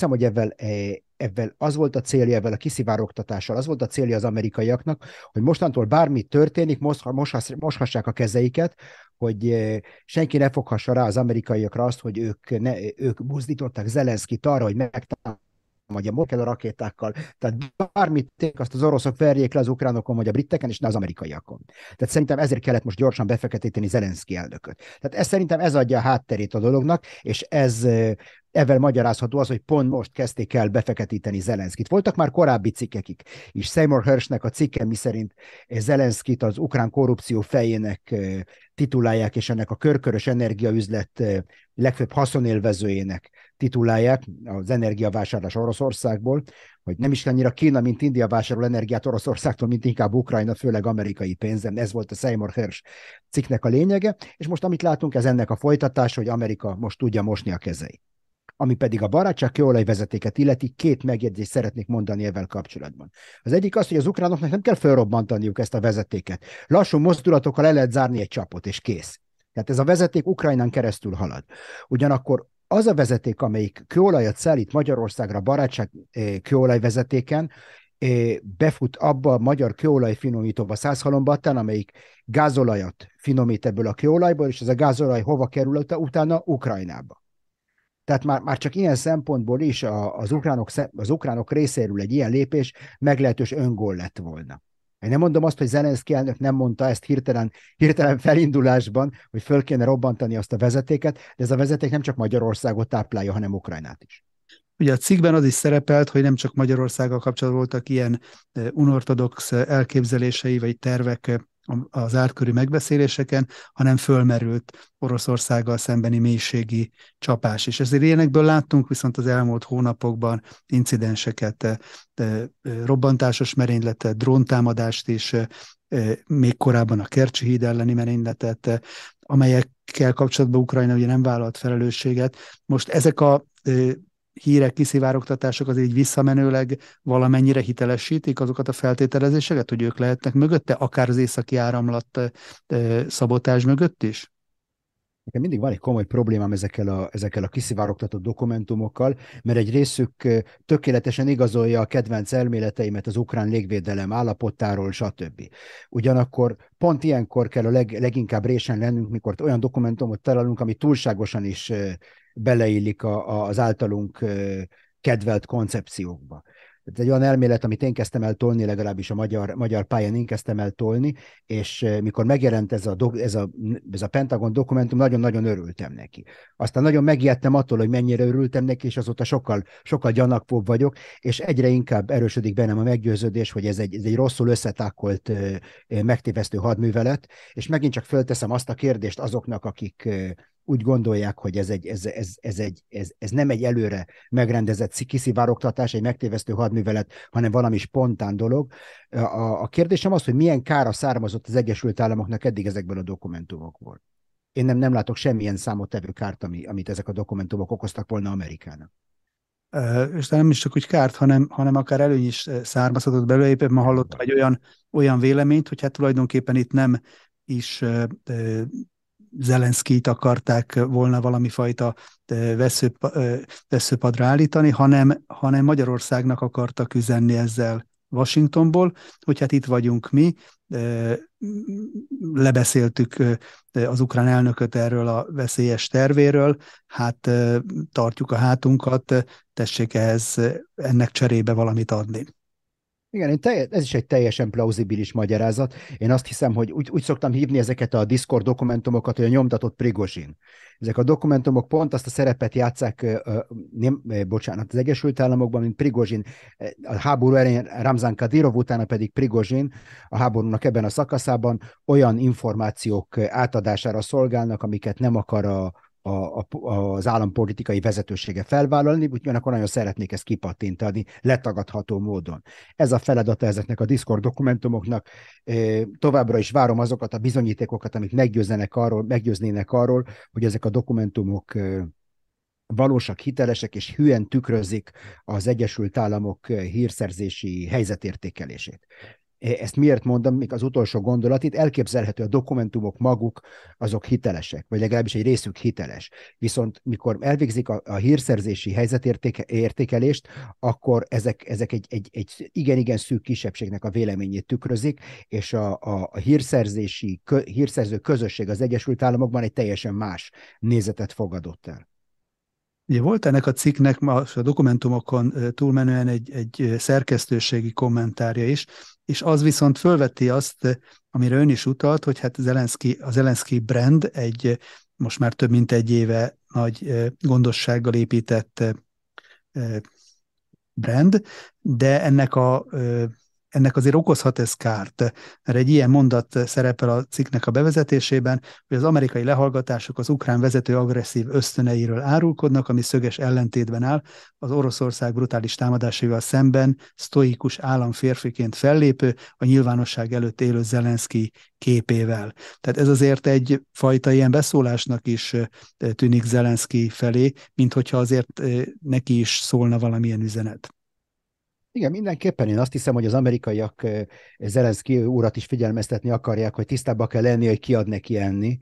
hiszem, hogy ebben, ebben az volt a célja, ebben a kiszivárogtatással, az volt a célja az amerikaiaknak, hogy mostantól bármi történik, moshassák a kezeiket, hogy senki ne foghassa rá az amerikaiakra azt, hogy ők, ne, ők buzdították Zelenszkit arra, hogy megtámadják vagy a kell a rakétákkal. Tehát bármit azt az oroszok verjék le az ukránokon, vagy a britteken, és ne az amerikaiakon. Tehát szerintem ezért kellett most gyorsan befeketíteni Zelenszky elnököt. Tehát ez szerintem ez adja a hátterét a dolognak, és ez ezzel magyarázható az, hogy pont most kezdték el befeketíteni Zelenszkit. Voltak már korábbi cikkekig is. Seymour Hershnek a cikke, miszerint Zelenszkit az ukrán korrupció fejének titulálják, és ennek a körkörös energiaüzlet legfőbb haszonélvezőjének titulálják az energiavásárlás Oroszországból, hogy nem is annyira Kína, mint India vásárol energiát Oroszországtól, mint inkább Ukrajna, főleg amerikai pénzen. Ez volt a Seymour Hersh cikknek a lényege, és most amit látunk, ez ennek a folytatása, hogy Amerika most tudja mosni a kezeit. Ami pedig a barátság kőolajvezetéket illeti, két megjegyzést szeretnék mondani ezzel kapcsolatban. Az egyik az, hogy az ukránoknak nem kell felrobbantaniuk ezt a vezetéket. Lassú mozdulatokkal el lehet zárni egy csapot, és kész. Tehát ez a vezeték Ukrajnán keresztül halad. Ugyanakkor az a vezeték, amelyik kőolajat szállít Magyarországra barátság kőolajvezetéken, befut abba a magyar kőolaj finomítóba, Százhalombattán, amelyik gázolajat finomít ebből a kőolajból, és ez a gázolaj hova kerül utána? Ukrajnába. Tehát már, már csak ilyen szempontból is a, az, ukránok, az ukránok részéről egy ilyen lépés meglehetős öngól lett volna. Én nem mondom azt, hogy Zelenszky elnök nem mondta ezt hirtelen, hirtelen felindulásban, hogy föl kéne robbantani azt a vezetéket, de ez a vezeték nem csak Magyarországot táplálja, hanem Ukrajnát is. Ugye a cikkben az is szerepelt, hogy nem csak Magyarországgal kapcsolatban voltak ilyen unortodox elképzelései vagy tervek az árkörű megbeszéléseken, hanem fölmerült Oroszországgal szembeni mélységi csapás. És ezért ilyenekből láttunk viszont az elmúlt hónapokban incidenseket, robbantásos merényletet, dróntámadást is, még korábban a Kercsi híd elleni merényletet, amelyekkel kapcsolatban Ukrajna ugye nem vállalt felelősséget. Most ezek a hírek, kiszivárogtatások az így visszamenőleg valamennyire hitelesítik azokat a feltételezéseket, hogy ők lehetnek mögötte, akár az északi áramlat szabotázs mögött is? Nekem mindig van egy komoly problémám ezekkel a, ezekkel a kiszivárogtatott dokumentumokkal, mert egy részük tökéletesen igazolja a kedvenc elméleteimet az ukrán légvédelem állapotáról, stb. Ugyanakkor pont ilyenkor kell a leg, leginkább résen lennünk, mikor olyan dokumentumot találunk, ami túlságosan is beleillik a, a, az általunk kedvelt koncepciókba. Ez egy olyan elmélet, amit én kezdtem el tolni, legalábbis a magyar, magyar pályán én kezdtem el tolni, és mikor megjelent ez a, do, ez a, ez a Pentagon dokumentum, nagyon-nagyon örültem neki. Aztán nagyon megijedtem attól, hogy mennyire örültem neki, és azóta sokkal, sokkal gyanakvóbb vagyok, és egyre inkább erősödik bennem a meggyőződés, hogy ez egy, ez egy rosszul összetákolt, megtévesztő hadművelet, és megint csak fölteszem azt a kérdést azoknak, akik úgy gondolják, hogy ez, egy, ez, ez, ez, egy, ez, ez nem egy előre megrendezett kiszivárogtatás, egy megtévesztő hadművelet, hanem valami spontán dolog. A, a kérdésem az, hogy milyen kára származott az Egyesült Államoknak eddig ezekből a dokumentumokból. Én nem, nem látok semmilyen számottevő kárt, ami, amit ezek a dokumentumok okoztak volna Amerikának. És nem is csak úgy kárt, hanem, hanem akár előny is származhatott belőle. Éppen ma hallottam egy olyan, olyan véleményt, hogy hát tulajdonképpen itt nem is Zelenszkijt akarták volna valami fajta veszőp, veszőpadra állítani, hanem, hanem Magyarországnak akartak üzenni ezzel Washingtonból, hogy hát itt vagyunk mi, lebeszéltük az ukrán elnököt erről a veszélyes tervéről, hát tartjuk a hátunkat, tessék ehhez ennek cserébe valamit adni. Igen, én telje, ez is egy teljesen plauzibilis magyarázat. Én azt hiszem, hogy úgy, úgy szoktam hívni ezeket a Discord dokumentumokat, hogy a nyomtatott Prigozsin. Ezek a dokumentumok pont azt a szerepet játsszák, nem, bocsánat, az Egyesült Államokban, mint Prigozsin, a háború elején Ramzan Kadyrov, utána pedig Prigozsin a háborúnak ebben a szakaszában olyan információk átadására szolgálnak, amiket nem akar a A, a, az állampolitikai vezetősége felvállalni, ugyanakkor nagyon szeretnék ezt kipattintani, letagadható módon. Ez a feladata ezeknek a Discord dokumentumoknak. Továbbra is várom azokat a bizonyítékokat, amik meggyőznének arról, meggyőznének arról, hogy ezek a dokumentumok valósak, hitelesek és hülyen tükrözik az Egyesült Államok hírszerzési helyzetértékelését. Ezt miért mondom, még az utolsó gondolat, itt elképzelhető, a dokumentumok maguk, azok hitelesek, vagy legalábbis egy részük hiteles. Viszont mikor elvégzik a, a hírszerzési helyzetértékelést, akkor ezek, ezek egy, egy, egy igen-igen szűk kisebbségnek a véleményét tükrözik, és a, a, a hírszerzési, kö, hírszerző közösség az Egyesült Államokban egy teljesen más nézetet fogadott el. Ugye volt ennek a cikknek a dokumentumokon túlmenően egy, egy szerkesztőségi kommentárja is, és az viszont fölveti azt, amire ön is utalt, hogy hát Zelenszky, a Zelenszky brand egy most már több mint egy éve nagy gondossággal épített brand, de ennek a ennek azért okozhat ez kárt, mert egy ilyen mondat szerepel a cikknek a bevezetésében, hogy az amerikai lehallgatások az ukrán vezető agresszív ösztöneiről árulkodnak, ami szöges ellentétben áll az Oroszország brutális támadásaival szemben sztoikus államférfiként fellépő, a nyilvánosság előtt élő Zelenszky képével. Tehát ez azért egy fajta ilyen beszólásnak is tűnik Zelenszky felé, mint hogyha azért neki is szólna valamilyen üzenet. Igen, mindenképpen én azt hiszem, hogy az amerikaiak Zelenszky urat is figyelmeztetni akarják, hogy tisztábbak kell lenni, hogy ki ad neki enni,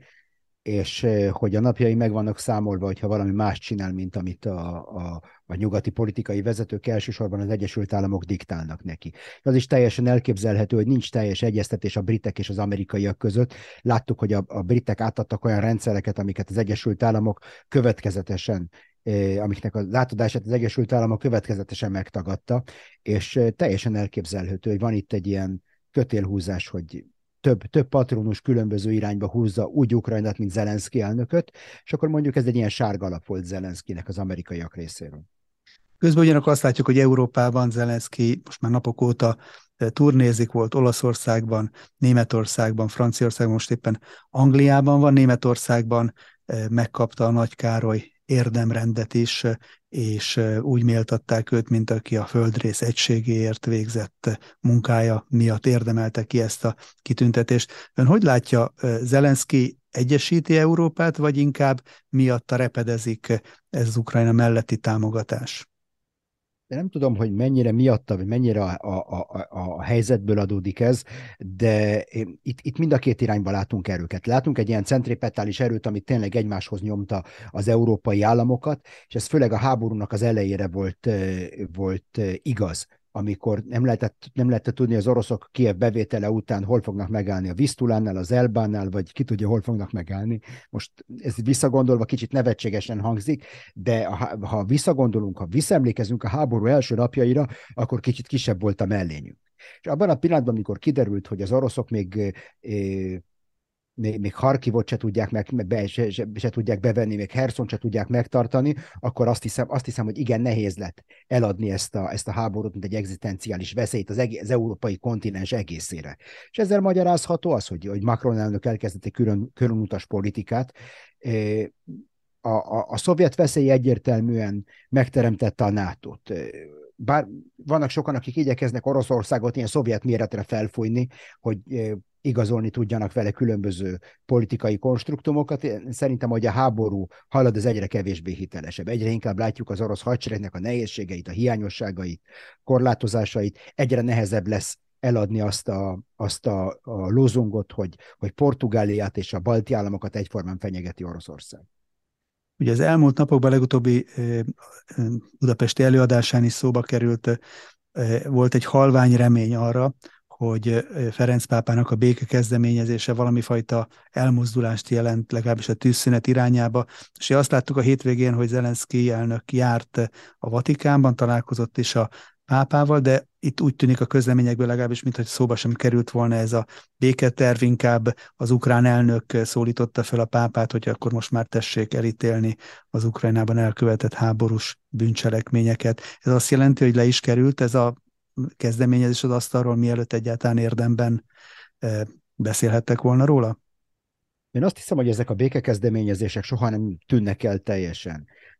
és hogy a napjai meg vannak számolva, hogyha valami más csinál, mint amit a, a, a nyugati politikai vezetők, elsősorban az Egyesült Államok diktálnak neki. Az is teljesen elképzelhető, hogy nincs teljes egyeztetés a britek és az amerikaiak között. Láttuk, hogy a, a britek átadtak olyan rendszereket, amiket az Egyesült Államok következetesen amiknek az átadását az Egyesült Államok következetesen megtagadta, és teljesen elképzelhető, hogy van itt egy ilyen kötélhúzás, hogy több, több patronus különböző irányba húzza úgy Ukrajnát, mint Zelenszky elnököt, és akkor mondjuk ez egy ilyen sárga alap volt Zelenszkynek az amerikaiak részéről. Közben ugyanakkor azt látjuk, hogy Európában Zelenszky most már napok óta turnézik, volt Olaszországban, Németországban, Franciaországban, most éppen Angliában van, Németországban megkapta a Nagy Károly érdemrendet is, és úgy méltatták őt, mint aki a földrész egységéért végzett munkája miatt érdemelte ki ezt a kitüntetést. Ön hogy látja, Zelenszky egyesíti Európát, vagy inkább miatta repedezik ez az Ukrajna melletti támogatás? De nem tudom, hogy mennyire miatta, vagy mennyire a, a, a, a helyzetből adódik ez, de itt, itt mind a két irányba látunk erőket. Látunk egy ilyen centripetális erőt, amit tényleg egymáshoz nyomta az európai államokat, és ez főleg a háborúnak az elejére volt, volt igaz, amikor nem lehetett, nem lehetett tudni az oroszok Kijev bevétele után hol fognak megállni a Visztulánál, az Elbánnál, vagy ki tudja, hol fognak megállni. Most ez visszagondolva kicsit nevetségesen hangzik, de ha, ha visszagondolunk, ha visszaemlékezünk a háború első napjaira, akkor kicsit kisebb volt a mellényünk. És abban a pillanatban, amikor kiderült, hogy az oroszok még eh, még, még Harkivot se tudják, meg, be, se, se, se tudják bevenni, még Herszont se tudják megtartani, akkor azt hiszem, azt hiszem, hogy igen nehéz lett eladni ezt a, ezt a háborút, mint egy egzisztenciális veszélyt az, egész, az európai kontinens egészére. És ezzel magyarázható az, hogy, hogy Macron elnök elkezdett egy külön, különutas politikát. A, a, a szovjet veszély egyértelműen megteremtette a nátót. Bár vannak sokan, akik igyekeznek Oroszországot ilyen szovjet méretre felfújni, hogy igazolni tudjanak vele különböző politikai konstruktumokat. Szerintem, hogy a háború halad, az egyre kevésbé hitelesebb. Egyre inkább látjuk az orosz hadseregnek a nehézségeit, a hiányosságait, korlátozásait. Egyre nehezebb lesz eladni azt a, azt a, a lózungot, hogy, hogy Portugáliát és a balti államokat egyformán fenyegeti Oroszország. Ugye az elmúlt napokban legutóbbi budapesti előadásán is szóba került, volt egy halvány remény arra, hogy Ferenc pápának a béke kezdeményezése valami fajta elmozdulást jelent, legalábbis a tűzszünet irányába. És azt láttuk a hétvégén, hogy Zelenszky elnök járt a Vatikánban, találkozott is a pápával, de itt úgy tűnik a közleményekből legalábbis, mintha szóba sem került volna ez a béketerv, inkább az ukrán elnök szólította fel a pápát, hogy akkor most már tessék elítélni az Ukrajnában elkövetett háborús bűncselekményeket. Ez azt jelenti, hogy le is került ez a kezdeményezés az asztalról, mielőtt egyáltalán érdemben beszélhettek volna róla? Én azt hiszem, hogy ezek a békekezdeményezések soha nem tűnnek el teljesen.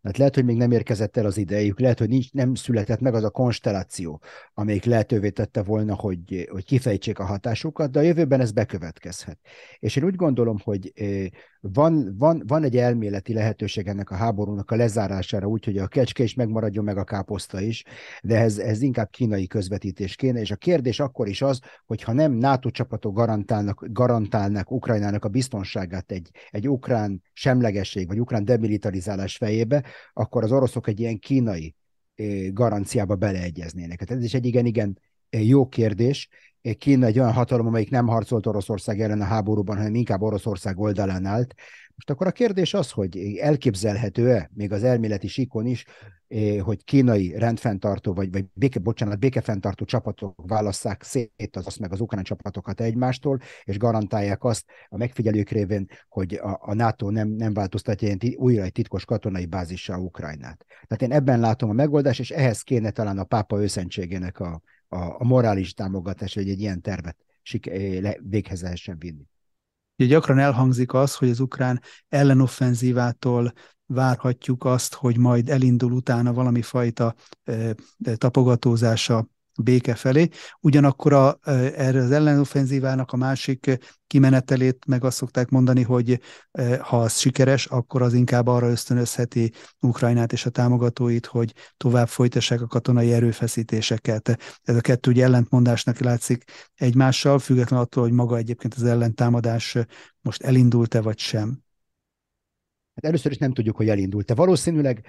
Hát lehet, hogy még nem érkezett el az idejük, lehet, hogy nincs, nem született meg az a konstelláció, amelyik lehetővé tette volna, hogy, hogy kifejtsék a hatásukat, de a jövőben ez bekövetkezhet. És én úgy gondolom, hogy van, van, van egy elméleti lehetőség ennek a háborúnak a lezárására, úgyhogy a kecske is megmaradjon, meg a káposzta is, de ez, ez inkább kínai közvetítés kéne, és a kérdés akkor is az, hogy ha nem NATO csapatok garantálnak, garantálnak Ukrajnának a biztonságát egy, egy ukrán semlegesség, vagy ukrán demilitarizálás fejébe, akkor az oroszok egy ilyen kínai garanciába beleegyeznének. Tehát ez is egy igen-igen jó kérdés. Kína egy olyan hatalom, amelyik nem harcolt Oroszország ellen a háborúban, hanem inkább Oroszország oldalán állt. Most akkor a kérdés az, hogy elképzelhető-e, még az elméleti síkon is, hogy kínai rendfenntartó, vagy, vagy béke, bocsánat, békefenntartó csapatok válasszák szét az, azt meg az ukrán csapatokat egymástól, és garantálják azt a megfigyelők révén, hogy a, a NATO nem, nem változtatja ilyen újra egy titkos katonai bázissal Ukrajnát. Tehát én ebben látom a megoldást, és ehhez kéne talán a pápa őszentségének a, a, a morális támogatás, hogy egy ilyen tervet véghez lehessen vinni. Ugye gyakran elhangzik az, hogy az ukrán ellenoffenzívától várhatjuk azt, hogy majd elindul utána valami fajta e, tapogatózása béke felé. Ugyanakkor a, erre az ellenoffenzívának a másik kimenetelét meg azt szokták mondani, hogy ha az sikeres, akkor az inkább arra ösztönözheti Ukrajnát és a támogatóit, hogy tovább folytassák a katonai erőfeszítéseket. Ez a kettő ugye ellentmondásnak látszik egymással, függetlenül attól, hogy maga egyébként az ellentámadás most elindult-e vagy sem. Hát először is nem tudjuk, hogy elindult-e. Valószínűleg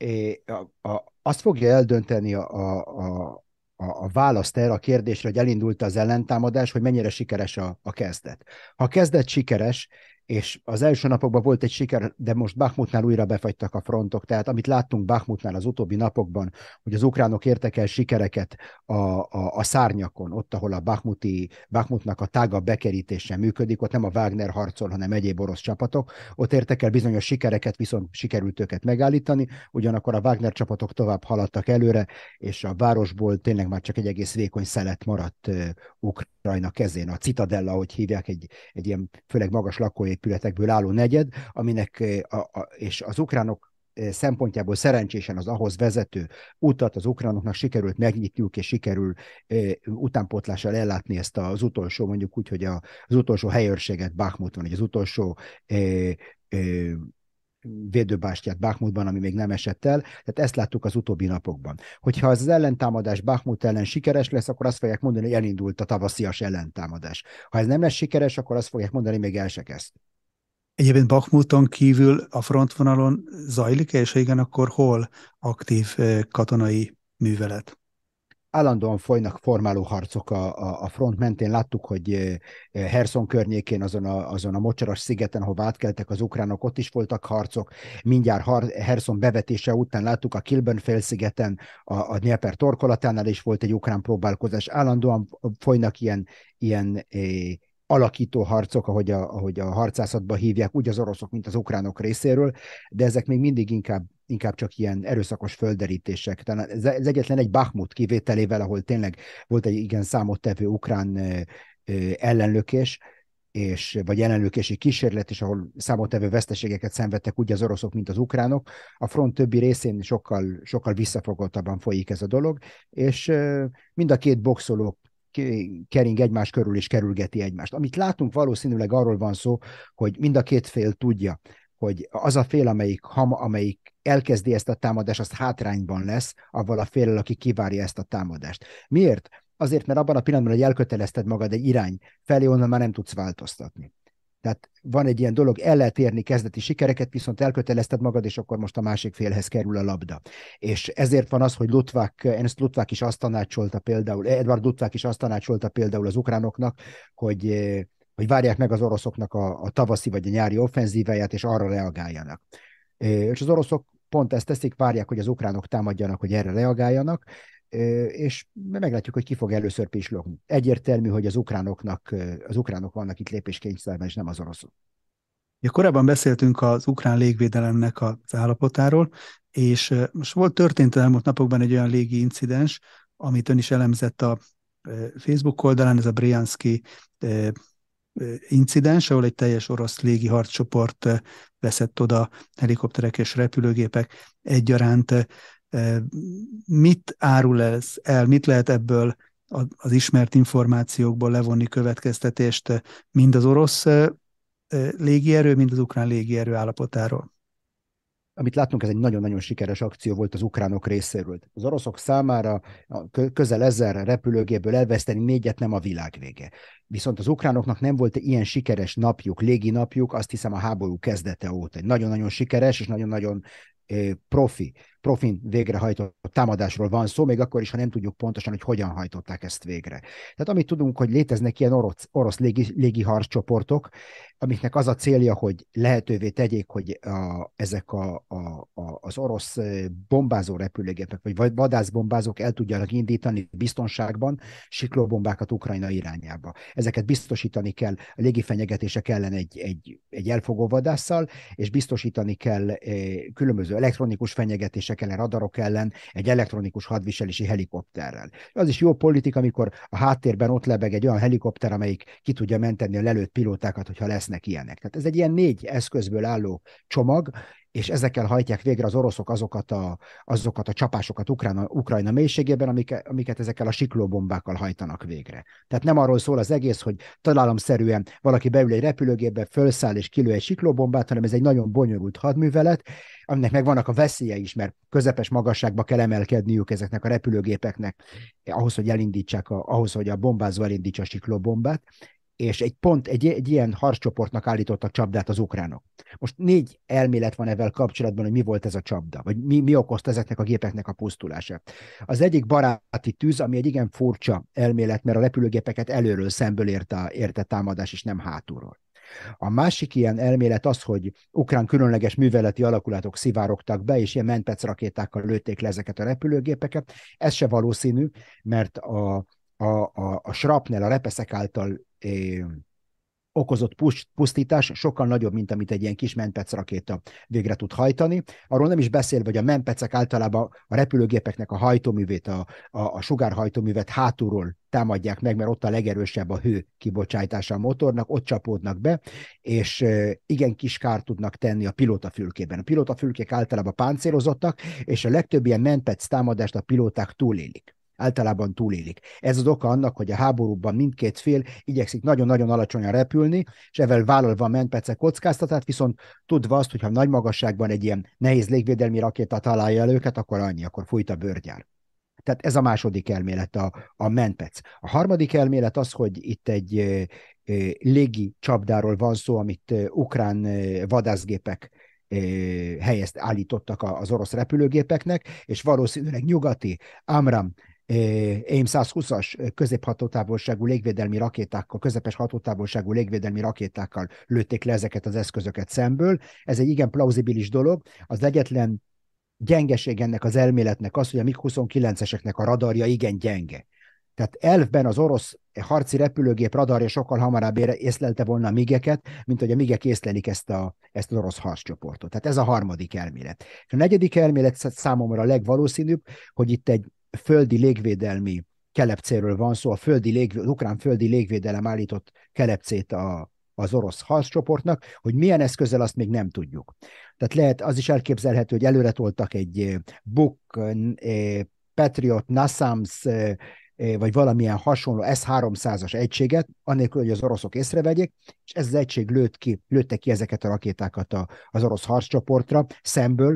a, a, azt fogja eldönteni a, a, a a választ erre a kérdésre, hogy elindult az ellentámadás, hogy mennyire sikeres a, a kezdet. Ha a kezdet sikeres, és az első napokban volt egy siker, de most Bakhmutnál újra befagytak a frontok, tehát amit láttunk Bakhmutnál az utóbbi napokban, hogy az ukránok értek el sikereket a, a, a szárnyakon, ott, ahol a Bakhmuti, Bakhmutnak a tágabb bekerítése működik, ott nem a Wagner harcol, hanem egyéb orosz csapatok, ott értek el bizonyos sikereket, viszont sikerült őket megállítani, ugyanakkor a Wagner csapatok tovább haladtak előre, és a városból tényleg már csak egy egész vékony szelet maradt uh, Ukrajna kezén. A Citadella, ahogy hívják, egy, egy ilyen főleg magas lakóépületekből álló negyed, aminek a, a, és az ukránok szempontjából szerencsésen az ahhoz vezető utat az ukránoknak sikerült megnyitniuk, és sikerül e, utánpótlással ellátni ezt az utolsó, mondjuk úgy, hogy a, az utolsó helyőrséget Bakhmuton, vagy az utolsó e, e, védőbástyát Bakhmutban, ami még nem esett el. Tehát ezt láttuk az utóbbi napokban. Hogyha az ellentámadás Bakhmut ellen sikeres lesz, akkor azt fogják mondani, hogy elindult a tavaszias ellentámadás. Ha ez nem lesz sikeres, akkor azt fogják mondani, hogy még el se kezd. Egyébként Bakhmuton kívül a frontvonalon zajlik-e, és ha igen, akkor hol aktív katonai művelet? Állandóan folynak formáló harcok a, a, a front mentén. Láttuk, hogy Herson környékén, azon a, azon a mocsaras szigeten, ahol átkeltek az ukránok, ott is voltak harcok. Mindjárt har, Herson bevetése után láttuk a Kilburn félszigeten, a, a Dnieper torkolatánál is volt egy ukrán próbálkozás. Állandóan folynak ilyen, ilyen eh, alakító harcok, ahogy a, ahogy a harcászatban hívják, úgy az oroszok, mint az ukránok részéről, de ezek még mindig inkább, inkább csak ilyen erőszakos földerítések. Tehát ez, ez egyetlen egy Bakhmut kivételével, ahol tényleg volt egy igen számottevő ukrán ö, ö, ellenlökés, és, vagy ellenlökési kísérlet, és ahol számottevő veszteségeket szenvedtek úgy az oroszok, mint az ukránok. A front többi részén sokkal, sokkal visszafogottabban folyik ez a dolog, és ö, mind a két boxoló kering egymás körül és kerülgeti egymást. Amit látunk, valószínűleg arról van szó, hogy mind a két fél tudja, hogy az a fél, amelyik, ham, amelyik elkezdi ezt a támadást, az hátrányban lesz avval a féllel, aki kivárja ezt a támadást. Miért? Azért, mert abban a pillanatban, hogy elkötelezted magad egy irány felé, onnan már nem tudsz változtatni. Tehát van egy ilyen dolog, el lehet érni kezdeti sikereket, viszont elkötelezted magad, és akkor most a másik félhez kerül a labda. És ezért van az, hogy Lutvák, Ernst Lutvák is azt tanácsolta például, Edward Lutvák is azt tanácsolta például az ukránoknak, hogy, hogy várják meg az oroszoknak a, a tavaszi vagy a nyári offenzíváját, és arra reagáljanak. És az oroszok pont ezt teszik, várják, hogy az ukránok támadjanak, hogy erre reagáljanak, és meglátjuk, hogy ki fog először pislogni. Egyértelmű, hogy az ukránoknak, az ukránok vannak itt lépéskényszerben, és nem az oroszok. Ja, korábban beszéltünk az ukrán légvédelemnek az állapotáról, és most volt történt az elmúlt napokban egy olyan légi incidens, amit ön is elemzett a Facebook oldalán, ez a Bryanszki incidens, ahol egy teljes orosz légi harccsoport veszett oda helikopterek és repülőgépek egyaránt. Mit árul ez el, mit lehet ebből az ismert információkból levonni következtetést mind az orosz légierő, mind az ukrán légierő állapotáról? Amit láttunk, ez egy nagyon-nagyon sikeres akció volt az ukránok részéről. Az oroszok számára közel ezer repülőgépből elveszteni négyet nem a világ vége. Viszont az ukránoknak nem volt ilyen sikeres napjuk, légi napjuk, azt hiszem a háború kezdete óta. Egy nagyon-nagyon sikeres és nagyon-nagyon profi, profin végrehajtott támadásról van szó, még akkor is, ha nem tudjuk pontosan, hogy hogyan hajtották ezt végre. Tehát amit tudunk, hogy léteznek ilyen orosz, orosz légi, légi harccsoportok, amiknek az a célja, hogy lehetővé tegyék, hogy a, ezek a, a, a, az orosz bombázó repülőgépek, vagy vadászbombázók el tudjanak indítani biztonságban siklóbombákat Ukrajna irányába. Ezeket biztosítani kell a légifenyegetések ellen egy, egy, egy elfogó vadásszal, és biztosítani kell eh, különböző elektronikus fenyegetések ellen, radarok ellen egy elektronikus hadviselési helikopterrel. Az is jó politika, amikor a háttérben ott lebeg egy olyan helikopter, amelyik ki tudja menteni a lelőtt pilótákat, hogyha lesznek ilyenek. Tehát ez egy ilyen négy eszközből álló csomag, és ezekkel hajtják végre az oroszok azokat a, azokat a csapásokat Ukrajna, Ukrajna mélységében, amiket, amiket ezekkel a siklóbombákkal hajtanak végre. Tehát nem arról szól az egész, hogy találomszerűen valaki beül egy repülőgépbe, fölszáll és kilő egy siklóbombát, hanem ez egy nagyon bonyolult hadművelet, aminek megvannak a veszélye is, mert közepes magasságba kell emelkedniük ezeknek a repülőgépeknek, ahhoz, hogy elindítsák, a, ahhoz, hogy a bombázó elindítsa a siklóbombát, és egy pont, egy, egy ilyen harccsoportnak állítottak csapdát az ukránok. Most négy elmélet van ezzel kapcsolatban, hogy mi volt ez a csapda, vagy mi, mi okozta ezeknek a gépeknek a pusztulását. Az egyik baráti tűz, ami egy igen furcsa elmélet, mert a repülőgépeket előről szemből érte, érte támadás, és nem hátulról. A másik ilyen elmélet az, hogy ukrán különleges műveleti alakulatok szivárogtak be, és ilyen mentpec rakétákkal lőtték le ezeket a repülőgépeket. Ez se valószínű, mert a A, a, a shrapnel, a repeszek által é, okozott pusztítás sokkal nagyobb, mint amit egy ilyen kis mentpec rakéta végre tud hajtani. Arról nem is beszélve, hogy a mentpecek általában a repülőgépeknek a hajtóművét, a, a, a sugárhajtóművet hátulról támadják meg, mert ott a legerősebb a hő kibocsátása a motornak, ott csapódnak be, és igen kis kárt tudnak tenni a pilótafülkében. A pilótafülkék általában páncélozottak, és a legtöbb ilyen mentpec támadást a pilóták túlélik. Általában túlélik. Ez az oka annak, hogy a háborúban mindkét fél igyekszik nagyon-nagyon alacsonyan repülni, és ezzel vállalva a mentpecek kockáztatát, viszont tudva azt, hogyha nagy magasságban egy ilyen nehéz légvédelmi rakéta találja el őket, akkor annyi, akkor fújt a bőrgyár. Tehát ez a második elmélet, a, a mentpec. A harmadik elmélet az, hogy itt egy e, e, légi csapdáról van szó, amit e, ukrán e, vadászgépek helyezt állítottak az orosz repülőgépeknek, és valószínűleg nyugati Amram á i em százhúszas középhatótávolságú légvédelmi rakétákkal, közepes hatótávolságú légvédelmi rakétákkal lőtték le ezeket az eszközöket szemből. Ez egy igen plauzibilis dolog. Az egyetlen gyengeség ennek az elméletnek az, hogy a mig huszonkilenceseknek a radarja igen gyenge. Tehát elfben az orosz harci repülőgép radarja sokkal hamarabb észlelte volna a migeket, mint hogy a migek észlelik ezt, a, ezt az orosz harccsoportot. Tehát ez a harmadik elmélet. És a negyedik elmélet számomra a legvalószínűbb, hogy itt egy földi légvédelmi kelepcéről van szó, a földi lég, az ukrán földi légvédelem állított kelepcét a, az orosz harccsoportnak, hogy milyen eszközzel, azt még nem tudjuk. Tehát lehet, az is elképzelhető, hogy előre toltak egy Buk, Patriot, NASAMS, vagy valamilyen hasonló S háromszázas egységet, annélkül, hogy az oroszok észrevegyék, és ez az egység lőtt ki, lőtte ki ezeket a rakétákat a, az orosz harccsoportra, szemből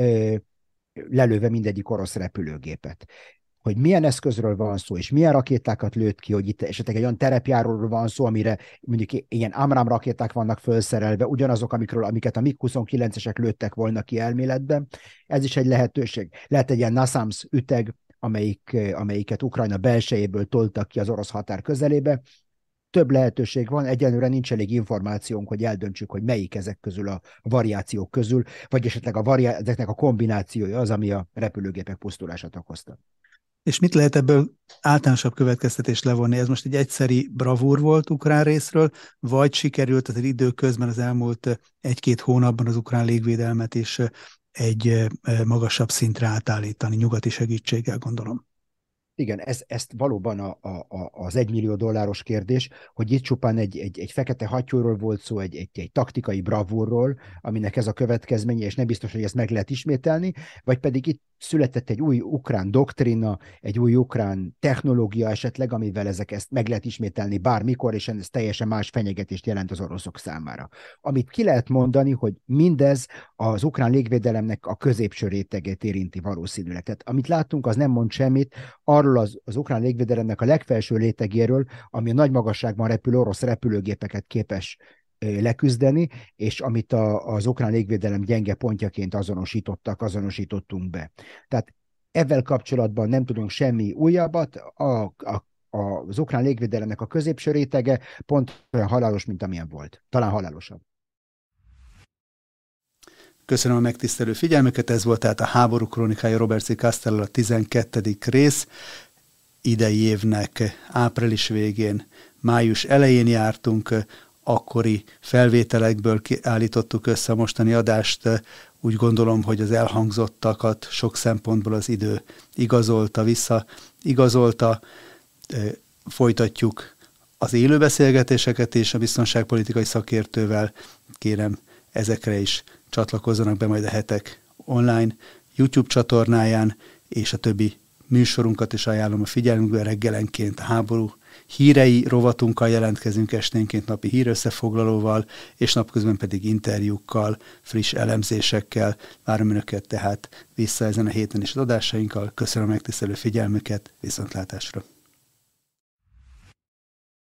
lelőve mindegyik orosz repülőgépet. Hogy milyen eszközről van szó, és milyen rakétákat lőtt ki, hogy itt esetleg egy olyan terepjáróról van szó, amire mondjuk ilyen Amram rakéták vannak felszerelve, ugyanazok, amikről, amiket a mig huszonkilencesek lőttek volna ki elméletben. Ez is egy lehetőség. Lehet egy ilyen NASAMS üteg, amelyik, amelyiket Ukrajna belsejéből toltak ki az orosz határ közelébe. Több lehetőség van, egyelőre nincs elég információnk, hogy eldöntsük, hogy melyik ezek közül a variációk közül, vagy esetleg a variá- ezeknek a kombinációja az, ami a repülőgépek pusztulását okozta. És mit lehet ebből általánosabb következtetést levonni? Ez most egy egyszeri bravúr volt ukrán részről, vagy sikerült az időközben az elmúlt egy-két hónapban az ukrán légvédelmet is egy magasabb szintre átállítani, nyugati segítséggel, gondolom? Igen, ez, ezt valóban a, a, a, az egymillió dolláros kérdés, hogy itt csupán egy, egy, egy fekete hattyúról volt szó, egy, egy, egy taktikai bravúrról, aminek ez a következménye, és nem biztos, hogy ezt meg lehet ismételni, vagy pedig itt született egy új ukrán doktrina, egy új ukrán technológia esetleg, amivel ezek ezt meg lehet ismételni bármikor, és ez teljesen más fenyegetést jelent az oroszok számára. Amit ki lehet mondani, hogy mindez az ukrán légvédelemnek a középső rétegét érinti valószínűleg. Tehát amit láttunk, az nem mond semmit arról az, az ukrán légvédelemnek a legfelső rétegéről, ami a nagy magasságban repülő orosz repülőgépeket képes leküzdeni, és amit a, az ukrán légvédelem gyenge pontjaként azonosítottak, azonosítottunk be. Tehát ezzel kapcsolatban nem tudunk semmi újabbat, a, a, az ukrán légvédelemnek a középső rétege pont olyan halálos, mint amilyen volt. Talán halálosabb. Köszönöm a megtisztelő figyelmüket, ez volt tehát a Háború krónikája Robert C. Castello a tizenkettedik rész. Idei évnek április végén, május elején jártunk, akkori felvételekből állítottuk össze a mostani adást. Úgy gondolom, hogy az elhangzottakat sok szempontból az idő igazolta, vissza igazolta. Folytatjuk az élő beszélgetéseket és a biztonságpolitikai szakértővel. Kérem, ezekre is csatlakozzanak be majd a Hetek online YouTube csatornáján, és a többi műsorunkat is ajánlom a figyelmükbe. Reggelenként a háború hírei rovatunkkal jelentkezünk, esténként napi hírösszefoglalóval, és napközben pedig interjúkkal, friss elemzésekkel. Várom önöket tehát vissza ezen a héten is az adásainkkal. Köszönöm a megtisztelő figyelmüket, viszontlátásra!